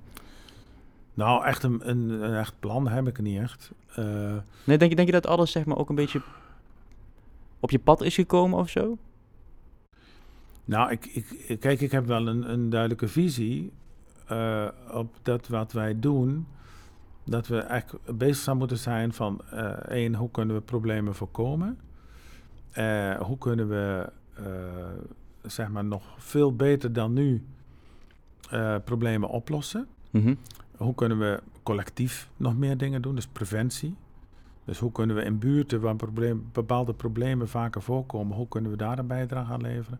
Nou, echt een, een, een echt plan heb ik niet echt. Uh, nee, denk je, denk je dat alles zeg maar ook een beetje op je pad is gekomen of zo? Nou, ik, ik, kijk, ik heb wel een, een duidelijke visie uh, op dat wat wij doen. Dat we eigenlijk bezig zou moeten zijn van, uh, één, hoe kunnen we problemen voorkomen? Uh, hoe kunnen we, uh, zeg maar, nog veel beter dan nu uh, problemen oplossen? Mm-hmm. Hoe kunnen we collectief nog meer dingen doen? Dus preventie. Dus hoe kunnen we in buurten waar probleem, bepaalde problemen vaker voorkomen, hoe kunnen we daar een bijdrage aan leveren?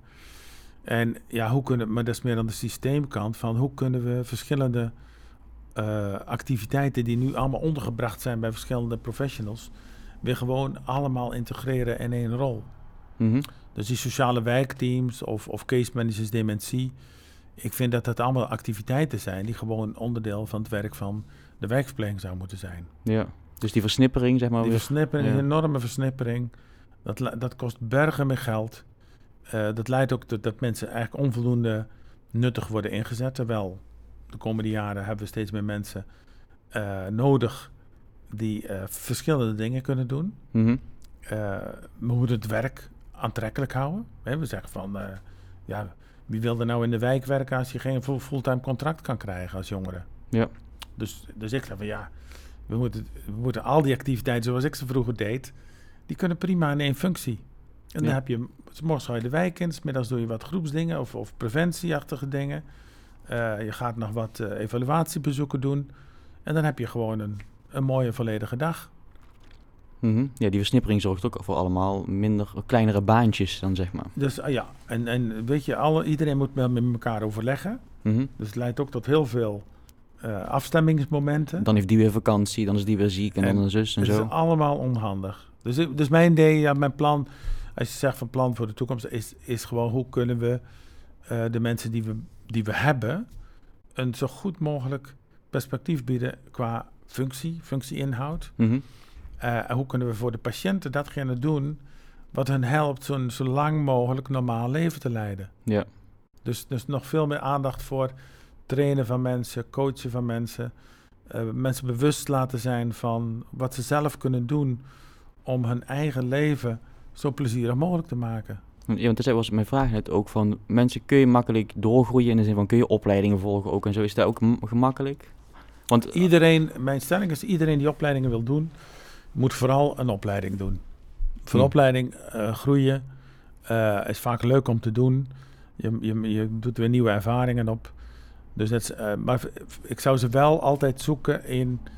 En ja, hoe kunnen, maar dat is meer aan de systeemkant van hoe kunnen we verschillende uh, activiteiten die nu allemaal ondergebracht zijn bij verschillende professionals, weer gewoon allemaal integreren in één rol. Mm-hmm. Dus die sociale wijkteams of, of case managers dementie. Ik vind dat dat allemaal activiteiten zijn die gewoon onderdeel van het werk van de wijkverpleging zou moeten zijn. Ja, dus die versnippering, zeg maar. Die weer, versnippering, ja. een enorme versnippering. Dat, dat kost bergen met geld. Uh, dat leidt ook tot dat mensen eigenlijk onvoldoende nuttig worden ingezet. Terwijl de komende jaren hebben we steeds meer mensen uh, nodig die uh, verschillende dingen kunnen doen. Mm-hmm. Uh, we moeten het werk aantrekkelijk houden. Hè, we zeggen van, uh, ja, wie wil er nou in de wijk werken als je geen fulltime contract kan krijgen als jongere? Ja. Dus, dus ik zeg van ja, we moeten, we moeten al die activiteiten zoals ik ze vroeger deed, die kunnen prima in één functie. En dan ja. heb je, 's morgens ga je de wijk in, 's middags doe je wat groepsdingen of, of preventieachtige dingen. Uh, je gaat nog wat uh, evaluatiebezoeken doen. En dan heb je gewoon een, een mooie volledige dag. Mm-hmm. Ja, die versnippering zorgt ook voor allemaal minder, kleinere baantjes dan, zeg maar. Dus uh, ja, en, en weet je, alle, iedereen moet met, met elkaar overleggen. Mm-hmm. Dus het leidt ook tot heel veel uh, afstemmingsmomenten. Dan heeft die weer vakantie, dan is die weer ziek en, en dan een zus en het zo. Het is allemaal onhandig. Dus, dus mijn idee, ja, mijn plan, als je zegt van plan voor de toekomst, is, is gewoon hoe kunnen we uh, de mensen die we, die we hebben een zo goed mogelijk perspectief bieden qua functie, functieinhoud. Mm-hmm. Uh, en hoe kunnen we voor de patiënten datgene doen wat hen helpt zo'n zo lang mogelijk normaal leven te leiden. Ja. Dus, dus nog veel meer aandacht voor trainen van mensen, coachen van mensen, uh, mensen bewust laten zijn van wat ze zelf kunnen doen om hun eigen leven zo plezierig mogelijk te maken. Ja, want dat was mijn vraag net ook van, mensen kun je makkelijk doorgroeien in de zin van, kun je opleidingen volgen ook en zo, is dat ook m- gemakkelijk? Want iedereen, mijn stelling is, iedereen die opleidingen wil doen, moet vooral een opleiding doen. Voor een hmm. opleiding uh, groeien uh, is vaak leuk om te doen. Je, je, je doet weer nieuwe ervaringen op. Dus dat is, uh, maar ik zou ze wel altijd zoeken in,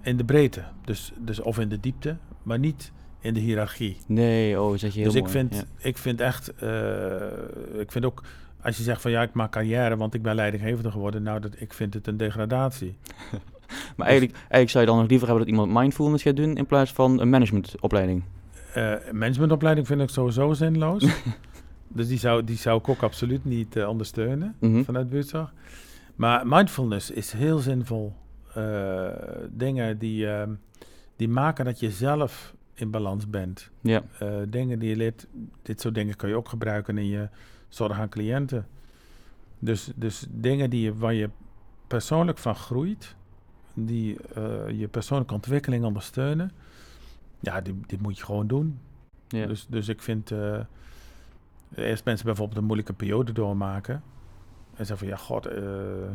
in de breedte. Dus, dus of in de diepte, maar niet in de hiërarchie. Nee, oh, zeg je heel dus ik mooi. vind, Ja. ik vind echt, uh, ik vind ook, als je zegt van ja, ik maak carrière, want ik ben leidinggevende geworden, nou, dat, ik vind het een degradatie. Maar eigenlijk, eigenlijk zou je dan nog liever hebben dat iemand mindfulness gaat doen in plaats van een managementopleiding? Uh, managementopleiding vind ik sowieso zinloos. Dus die zou, die zou ik ook absoluut niet uh, ondersteunen mm-hmm. vanuit buurtzorg. Maar mindfulness is heel zinvol. Uh, dingen die, uh, die maken dat je zelf in balans bent. Ja. Uh, dingen die je leert, dit soort dingen kun je ook gebruiken in je zorg aan cliënten. Dus, dus dingen die je, waar je persoonlijk van groeit, die uh, je persoonlijke ontwikkeling ondersteunen, ja, die, die moet je gewoon doen. Ja. Dus, dus ik vind, uh, eerst mensen bijvoorbeeld een moeilijke periode doormaken en zeggen van, ja, god, uh,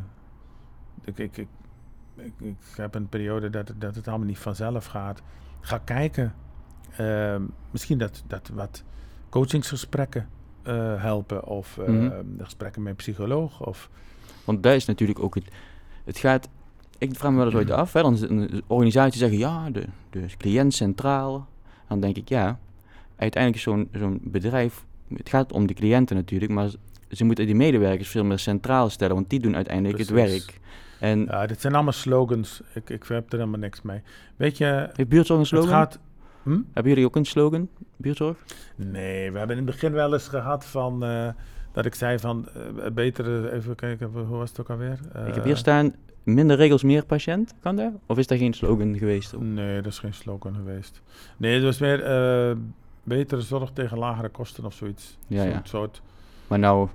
ik, ik, ik, ik, ik heb een periode dat, dat het allemaal niet vanzelf gaat. Ga kijken. Uh, misschien dat, dat wat coachingsgesprekken uh, helpen of uh, mm-hmm. gesprekken met een psycholoog. Of Want daar is natuurlijk ook het, het gaat, ik vraag me wel eens ooit af, hè, dan is een organisatie zeggen, ja, de, de cliënt centraal. Dan denk ik, ja, uiteindelijk is zo'n, zo'n bedrijf, het gaat om de cliënten natuurlijk, maar ze moeten die medewerkers veel meer centraal stellen, want die doen uiteindelijk Precies. het werk. En ja, dit zijn allemaal slogans. Ik, ik heb er helemaal niks mee. Weet je... Heeft buurtzorg een slogan? Het gaat, hm? Hebben jullie ook een slogan, buurtzorg? Nee, we hebben in het begin wel eens gehad van... Uh, dat ik zei van... Uh, beter... Even kijken, hoe was het ook alweer? Uh, ik heb hier staan... Minder regels, meer patiënt. Kan dat? Of is dat geen slogan geweest? Ook? Nee, dat is geen slogan geweest. Nee, het was meer... Uh, betere zorg tegen lagere kosten of zoiets. Ja, Zo, ja. Soort. Maar nou...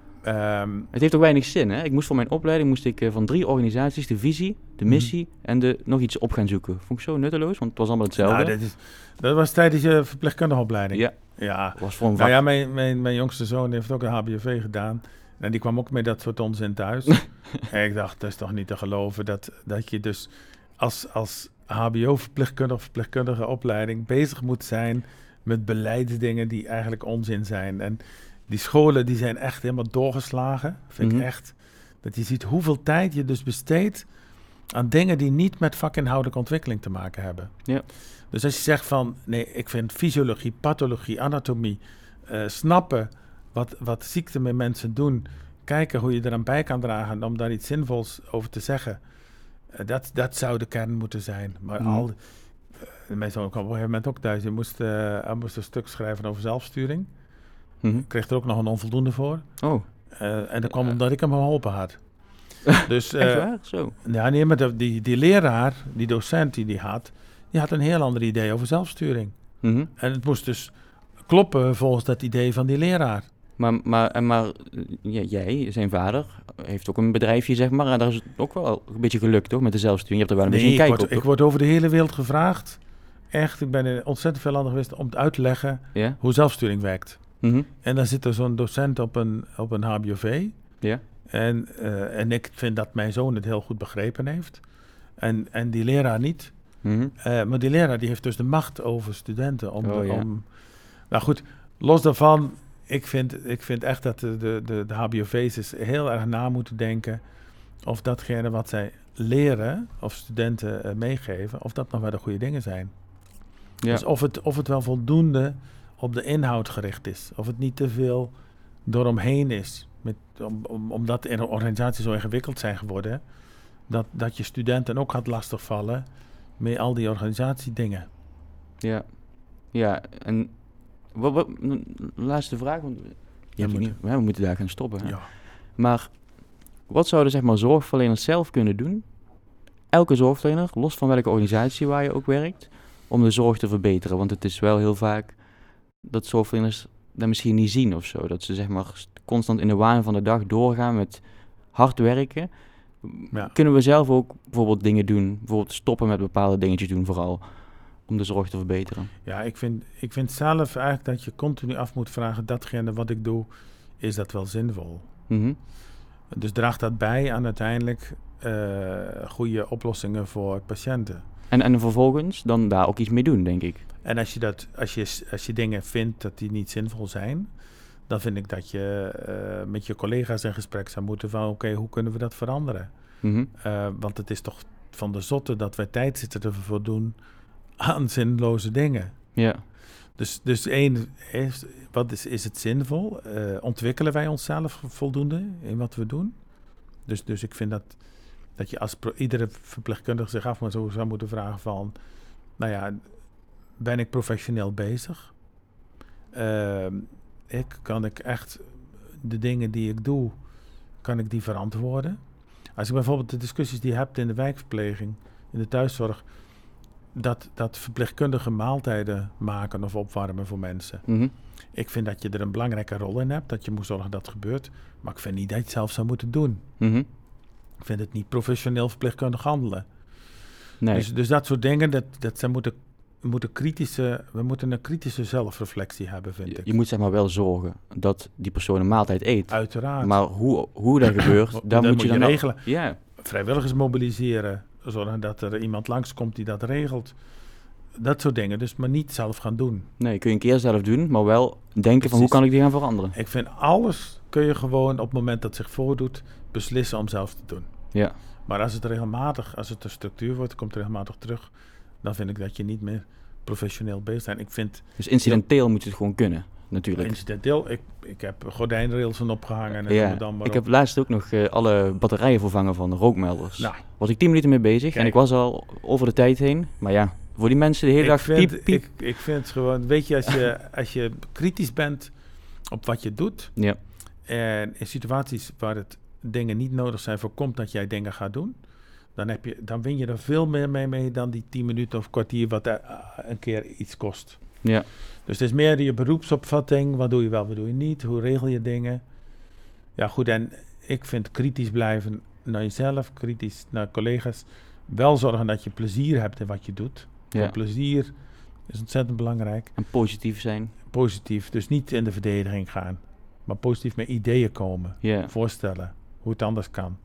Um, het heeft ook weinig zin, hè? Ik moest voor mijn opleiding moest ik uh, van drie organisaties de visie, de missie mm. en de nog iets op gaan zoeken. Vond ik zo nutteloos, want het was allemaal hetzelfde. Nou, dat, is, dat was tijdens je verpleegkundige opleiding. Ja. Ja. Was voor een nou ja, mijn, mijn, mijn jongste zoon heeft ook een H B O V gedaan. En die kwam ook met dat soort onzin thuis. En ik dacht, dat is toch niet te geloven dat, dat je dus als, als H B O-verpleegkundige of verpleegkundige opleiding bezig moet zijn met beleidsdingen die eigenlijk onzin zijn. En die scholen die zijn echt helemaal doorgeslagen, vind mm-hmm. ik echt. Dat je ziet hoeveel tijd je dus besteedt aan dingen die niet met vakinhoudelijke ontwikkeling te maken hebben. Ja. Dus als je zegt van, nee, ik vind fysiologie, pathologie, anatomie, uh, snappen wat, wat ziekten met mensen doen, kijken hoe je eraan bij kan dragen om daar iets zinvols over te zeggen. Uh, dat, dat zou de kern moeten zijn. Maar mm. al, uh, mijn zoon kwam op een gegeven moment ook thuis. Hij moest, uh, hij moest een stuk schrijven over zelfsturing. Mm-hmm. Ik kreeg er ook nog een onvoldoende voor. Oh. Uh, en dat kwam uh. omdat ik hem geholpen had. Dus, uh, Echt waar? Zo? Ja, nee, maar de, die, die leraar, die docent die die had, die had een heel ander idee over zelfsturing. Mm-hmm. En het moest dus kloppen volgens dat idee van die leraar. Maar, maar, maar ja, jij, zijn vader, heeft ook een bedrijfje, zeg maar. En daar is het ook wel een beetje gelukt, toch? Met de zelfsturing. Je hebt er wel een nee, beetje een kijk word, op, ik word over de hele wereld gevraagd. Echt, ik ben in ontzettend veel landen geweest om uit te leggen yeah. hoe zelfsturing werkt. Mm-hmm. En dan zit er zo'n docent op een, op een H B O V. Yeah. En, uh, en ik vind dat mijn zoon het heel goed begrepen heeft. En, en die leraar niet. Mm-hmm. Uh, maar die leraar die heeft dus de macht over studenten. Om, oh, de, ja. om Nou goed, los daarvan... Ik vind, ik vind echt dat de, de, de, de H B O V's heel erg na moeten denken of datgene wat zij leren of studenten uh, meegeven, of dat nog wel de goede dingen zijn. Ja. Dus of het, of het wel voldoende op de inhoud gericht is. Of het niet te veel dooromheen is. Met, om, om, omdat de organisaties zo ingewikkeld zijn geworden, dat, dat je studenten ook gaat lastigvallen met al die organisatiedingen. Ja, ja en... Wat, wat, laatste vraag, want ja, moet niet, we moeten daar gaan stoppen. Ja. Maar wat zouden zeg maar zorgverleners zelf kunnen doen? Elke zorgverlener, los van welke organisatie waar je ook werkt, om de zorg te verbeteren. Want het is wel heel vaak dat zorgverleners dat misschien niet zien of zo. Dat ze zeg maar constant in de waan van de dag doorgaan met hard werken. Ja. Kunnen we zelf ook bijvoorbeeld dingen doen, bijvoorbeeld stoppen met bepaalde dingetjes doen vooral, om de zorg te verbeteren? Ja, ik vind, ik vind zelf eigenlijk dat je continu af moet vragen, datgene wat ik doe, is dat wel zinvol? Mm-hmm. Dus draagt dat bij aan uiteindelijk uh, goede oplossingen voor patiënten. En, en vervolgens dan daar ook iets mee doen, denk ik. En als je, dat, als je, als je dingen vindt dat die niet zinvol zijn, dan vind ik dat je uh, met je collega's in gesprek zou moeten van oké, okay, hoe kunnen we dat veranderen? Mm-hmm. Uh, want het is toch van de zotte dat wij tijd zitten te voldoen aan zinloze dingen. Ja. Dus, dus één, is, wat is, is het zinvol? Uh, ontwikkelen wij onszelf voldoende in wat we doen? Dus, dus ik vind dat, dat je als pro, iedere verpleegkundige zich af maar zo zou moeten vragen van, nou ja, ben ik professioneel bezig? Uh, ik, kan ik echt de dingen die ik doe, kan ik die verantwoorden? Als ik bijvoorbeeld de discussies die je hebt in de wijkverpleging, in de thuiszorg, dat, dat verpleegkundigen maaltijden maken of opwarmen voor mensen. Mm-hmm. Ik vind dat je er een belangrijke rol in hebt, dat je moet zorgen dat het gebeurt, maar ik vind niet dat je het zelf zou moeten doen. Mm-hmm. Ik vind het niet professioneel verpleegkundig handelen. Nee. Dus, dus dat soort dingen, dat, dat ze moeten, moeten kritische, we moeten een kritische zelfreflectie hebben, vind je, ik. je moet zeg maar wel zorgen dat die persoon een maaltijd eet. Uiteraard. Maar hoe, hoe dat gebeurt, daar dat moet moet je je dan regelen. Al, ja. Vrijwilligers mobiliseren, zorgen dat er iemand langskomt die dat regelt. Dat soort dingen, dus maar niet zelf gaan doen. Nee, kun je een keer zelf doen, maar wel denken Precies. van hoe kan ik die gaan veranderen. Ik vind alles kun je gewoon op het moment dat het zich voordoet beslissen om zelf te doen. Ja. Maar als het regelmatig, als het een structuur wordt, komt het regelmatig terug, dan vind ik dat je niet meer professioneel bezig bent. Ik vind dus incidenteel ja, moet je het gewoon kunnen, natuurlijk. Incidenteel, ik, ik heb gordijnrails opgehangen. En ja, dan maar ik op. heb laatst ook nog uh, alle batterijen vervangen van de rookmelders. Nou, was ik tien minuten mee bezig kijk, en ik was al over de tijd heen. Maar ja, voor die mensen de hele ik dag vind, piep, piep. Ik, ik vind het gewoon, weet je, als je, als je kritisch bent op wat je doet, ja. en in situaties waar het dingen niet nodig zijn, voorkomt dat jij dingen gaat doen, dan, heb je, dan win je er veel meer mee, mee dan die tien minuten of kwartier wat er, uh, een keer iets kost. Ja. Dus het is meer je beroepsopvatting, wat doe je wel, wat doe je niet, hoe regel je dingen. Ja goed, en ik vind kritisch blijven naar jezelf, kritisch naar collega's, wel zorgen dat je plezier hebt in wat je doet. Ja. Plezier is ontzettend belangrijk. En positief zijn. Positief, dus niet in de verdediging gaan, maar positief met ideeën komen, ja. voorstellen hoe het anders kan.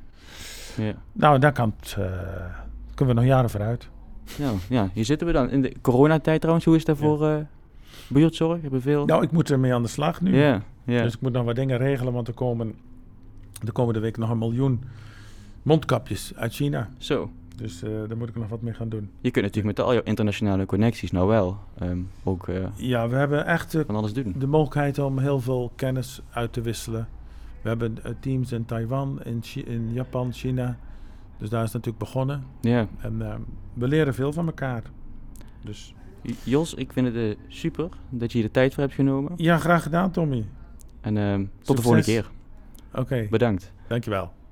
Ja. Nou, daar kan het, uh, kunnen we nog jaren vooruit. Ja, ja, hier zitten we dan. In de coronatijd trouwens, hoe is dat voor ja. uh, buurtzorg? Hebben we veel? Nou, ik moet ermee aan de slag nu. Ja, ja. Dus ik moet nog wat dingen regelen, want er komen de komende week nog een miljoen mondkapjes uit China. Zo. Dus uh, daar moet ik nog wat mee gaan doen. Je kunt natuurlijk met al jouw internationale connecties nou wel um, ook uh, ja, we hebben echt uh, van alles doen. De mogelijkheid om heel veel kennis uit te wisselen. We hebben uh, teams in Taiwan, in, Chi- in Japan, China. Dus daar is het natuurlijk begonnen. Ja. En uh, we leren veel van elkaar. Dus. Jos, ik vind het uh, super dat je hier de tijd voor hebt genomen. Ja, graag gedaan, Tommy. En uh, tot Succes. de volgende keer. Oké. Okay. Bedankt. Dankjewel.